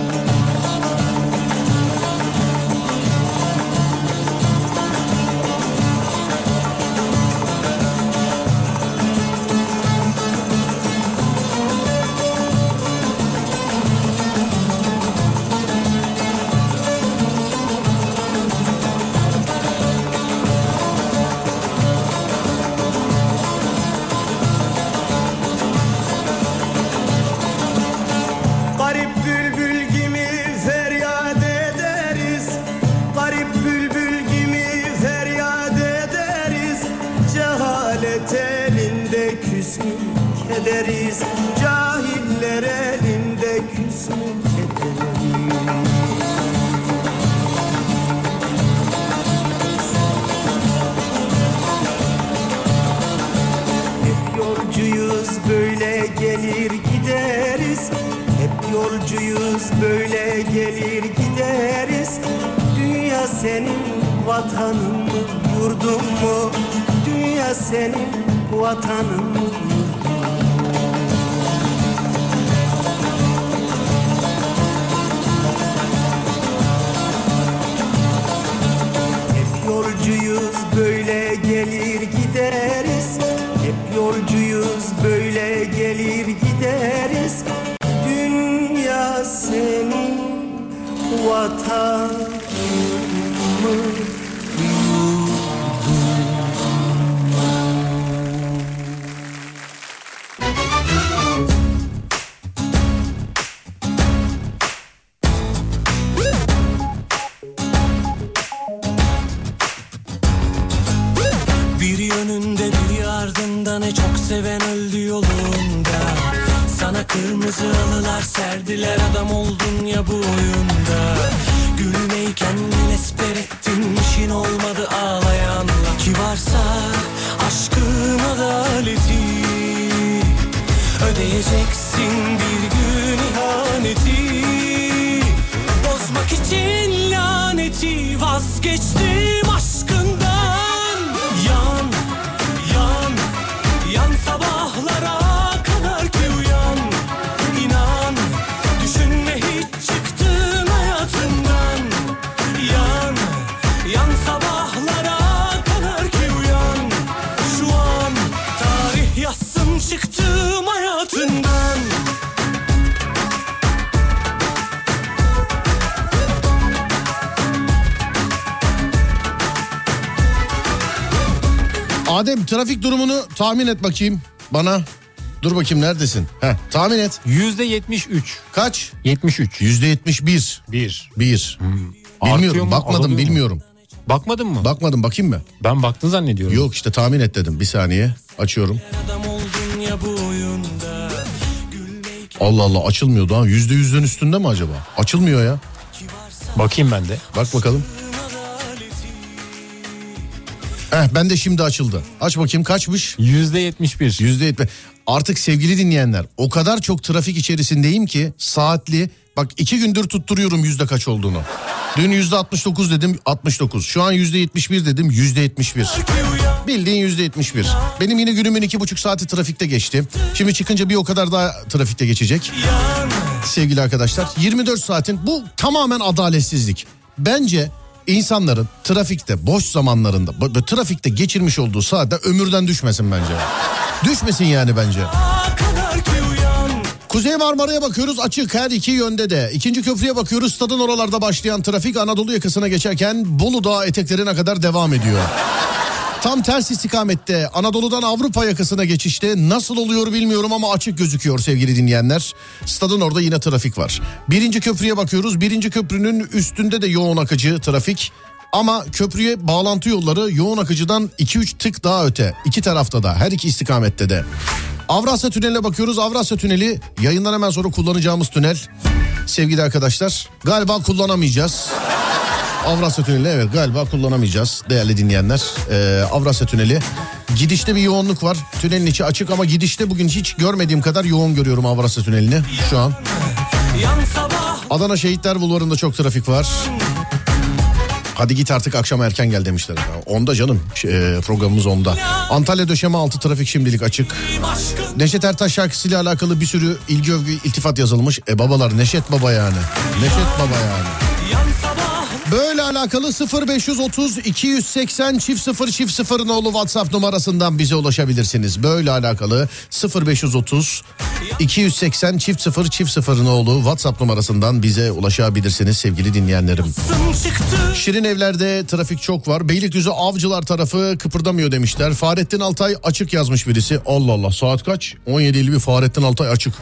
Ederiz, cahiller elinde küsmük ederiz. Hep yolcuyuz böyle gelir gideriz, hep yolcuyuz böyle gelir gideriz. Dünya senin vatanın mı, yurdun mu? Dünya senin vatanın mı, yurdun mu? Yolcuyuz böyle gelir gideriz, hep yolcuyuz böyle gelir gideriz. Dünya senin vatanın mı, yurdun mu? Ne çok seven öldü yolunda. Sana kırmızı halılar serdiler, adam oldun ya bu oyunda. Gülmeyi kendin esper ettin, işin olmadı ağlayanla. Ki varsa aşkın adaleti, ödeyeceksin bir gün ihaneti. Bozmak için laneti, vazgeçtim aşkından. Yan Yan sabahlara kadar ki uyan. İnan, düşünme hiç çıktın hayatından. Yan, yan sabahlara kadar ki uyan. Şu an tarih yazsın çıktım hayatından. Adem, trafik durumunu tahmin et bakayım bana. Dur bakayım, neredesin? Heh, tahmin et. Yüzde yetmiş üç. Kaç? Yetmiş üç. Yüzde yetmiş bir. Bir. Bir. Hmm. Bilmiyorum, bakmadım, bilmiyorum. Bakmadın mı? Bakmadım, bakayım mı? Ben baktın zannediyorum. Yok işte, tahmin et dedim. Bir saniye açıyorum. Allah Allah, açılmıyordu ha. Yüzde yüzden üstünde mi acaba? Açılmıyor ya. Bakayım ben de. Bak bakalım. Heh, ben de şimdi açıldı. Aç bakayım, kaçmış? Yüzde yetmiş bir. Yüzde yetmiş. Artık sevgili dinleyenler, o kadar çok trafik içerisindeyim ki saatli. Bak iki gündür tutturuyorum yüzde kaç olduğunu. Dün yüzde altmış dokuz dedim, altmış dokuz. Şu an yüzde yetmiş bir dedim, yüzde yetmiş bir. Bildiğin yüzde yetmiş bir. Benim yine günümün iki buçuk saati trafikte geçti. Şimdi çıkınca bir o kadar daha trafikte geçecek. sevgili arkadaşlar. yirmi dört saatin bu tamamen adaletsizlik. Bence insanların trafikte boş zamanlarında b- trafikte geçirmiş olduğu saatte ömürden düşmesin bence. Düşmesin yani bence. Kuzey Marmara'ya bakıyoruz, açık her iki yönde de. İkinci köprüye bakıyoruz, stadın oralarda başlayan trafik Anadolu yakasına geçerken Bolu Dağı eteklerine kadar devam ediyor. Tam ters istikamette Anadolu'dan Avrupa yakasına geçişte nasıl oluyor bilmiyorum ama açık gözüküyor sevgili dinleyenler. Stadın orada yine trafik var. Birinci köprüye bakıyoruz. Birinci köprünün üstünde de yoğun akıcı trafik. Ama köprüye bağlantı yolları yoğun akıcıdan iki üç tık daha öte. İki tarafta da, her iki istikamette de. Avrasya Tüneli'ne bakıyoruz. Avrasya Tüneli yayından hemen sonra kullanacağımız tünel. Sevgili arkadaşlar, galiba kullanamayacağız. Avrasya Tüneli evet galiba kullanamayacağız değerli dinleyenler. Ee, Avrasya Tüneli. Gidişte bir yoğunluk var. Tünelin içi açık ama gidişte bugün hiç görmediğim kadar yoğun görüyorum Avrasya Tüneli'ni şu an. Adana Şehitler Bulvarı'nda çok trafik var. Hadi git artık akşam erken gel demişler. Onda canım e, programımız onda. Antalya Döşeme altı trafik şimdilik açık. Neşet Ertaş şarkısıyla alakalı bir sürü ilgi övgü iltifat yazılmış. E babalar Neşet Baba yani. Neşet Baba yani. Böyle alakalı sıfır beş otuz iki yüz seksen çift sıfır çift sıfır nolu WhatsApp numarasından bize ulaşabilirsiniz. Böyle alakalı sıfır beş otuz iki yüz seksen çift sıfır çift sıfır nolu WhatsApp numarasından bize ulaşabilirsiniz sevgili dinleyenlerim. Şirin Evler'de trafik çok var. Beylikdüzü Avcılar tarafı kıpırdamıyor demişler. Fahrettin Altay açık yazmış birisi. Allah Allah, saat kaç? on yedi elli bir Fahrettin Altay açık.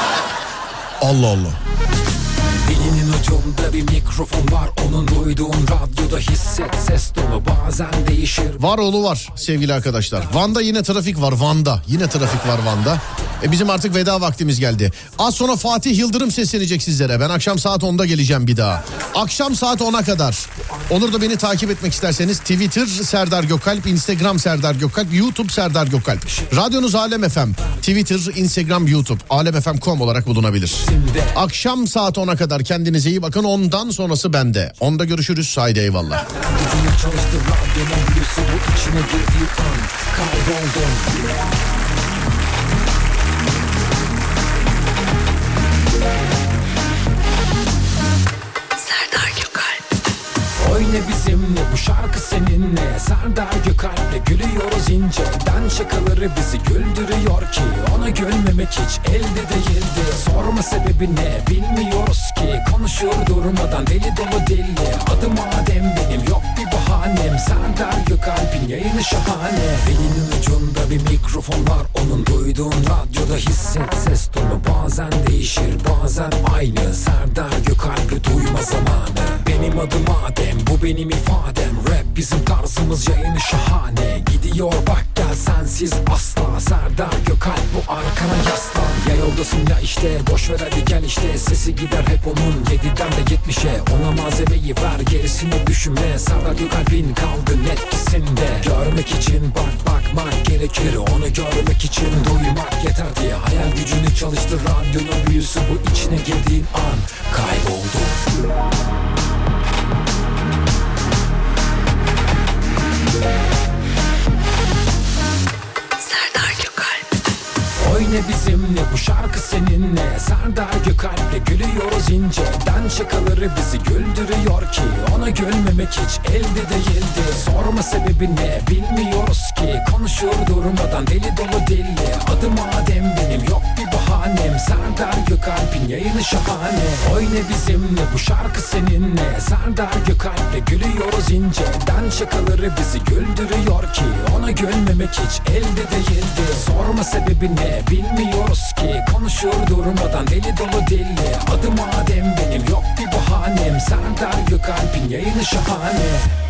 Allah Allah. Dilinin ucunda bir mikrofon var, onun duyduğun radyoda hisset ses tonu bazen değişir. Varoğlu var sevgili arkadaşlar. Van'da yine trafik var Van'da. Yine trafik var Van'da. E bizim artık veda vaktimiz geldi. Az sonra Fatih Yıldırım seslenecek sizlere. Ben akşam saat onda geleceğim bir daha. Akşam saat ona kadar. Olur da beni takip etmek isterseniz Twitter Serdar Gökalp, Instagram Serdar Gökalp, YouTube Serdar Gökalp. Radyonuz Alem F M. Twitter, Instagram, YouTube alemfm nokta com olarak bulunabilir. Akşam saat ona kadar kendinize iyi bakın. Ondan sonrası bende. Onda görüşürüz. Haydi eyvallah. Serdar Gökalp. Oyna bizimle, bu şarkı seninle. Serdar Gökalp'le gülüyoruz inceden. Şakaları bizi güldürüyor ki ona gülmemek hiç elde değildi. Sorma sebebi ne bilmiyoruz ki. Konuşuyor durmadan deli dolu deli. Adım Adem benim, yok bir bahanem. Serdar Gökalp'in yayını şahane. Belinin ucunda bir mikrofon var, onun duyduğun radyoda hisset ses tonu bazen değişir bazen aynı. Serdar Gökalp'i duyma zamanı. Benim adım Adem, bu benim ifadem. Rap bizim tarzımız, yayını şahane. Gidiyor bak gel sensiz asla. Serdar Gökalp bu arkana yaslan. Ya yoldasın ya işte, boş ver hadi gel işte. Sesi gider hep onun yediden de yetmişe. Ona malzemeyi ver, gerisini düşünme. Serdar Gökalp'in kaldı etkisinde. Görmek için bak bakmak gerekir. Onu görmek için duymak yeter diye. Hayal gücünü çalıştır, radyonun büyüsü bu. İçine girdiğin an kayboldu. Serdar Gökalp. Oyna bizimle, bu şarkı seninle. Serdar Gökalp'le gülüyoruz inceden. Şakaları bizi güldürüyor ki ona gülmemek hiç elde değildi. Sorma sebebi ne bilmiyoruz ki. Konuşuyor durmadan deli dolu deli. Adım Adem benim, yok bir bahanem. Serdar Gökalp'in yayını şahane. Oyna bizimle, bu şarkı seninle. Serdar Gökalp'le gülüyoruz inceden. Şakaları bizi güldürüyor ki ona gülmemek hiç elde değildi. Sorma sebebi ne bilmiyoruz ki. Konuşuyor durmadan deli dolu deli. Adım Adem benim, yok bir bahanem. Serdar Gökalp'in yayını şahane.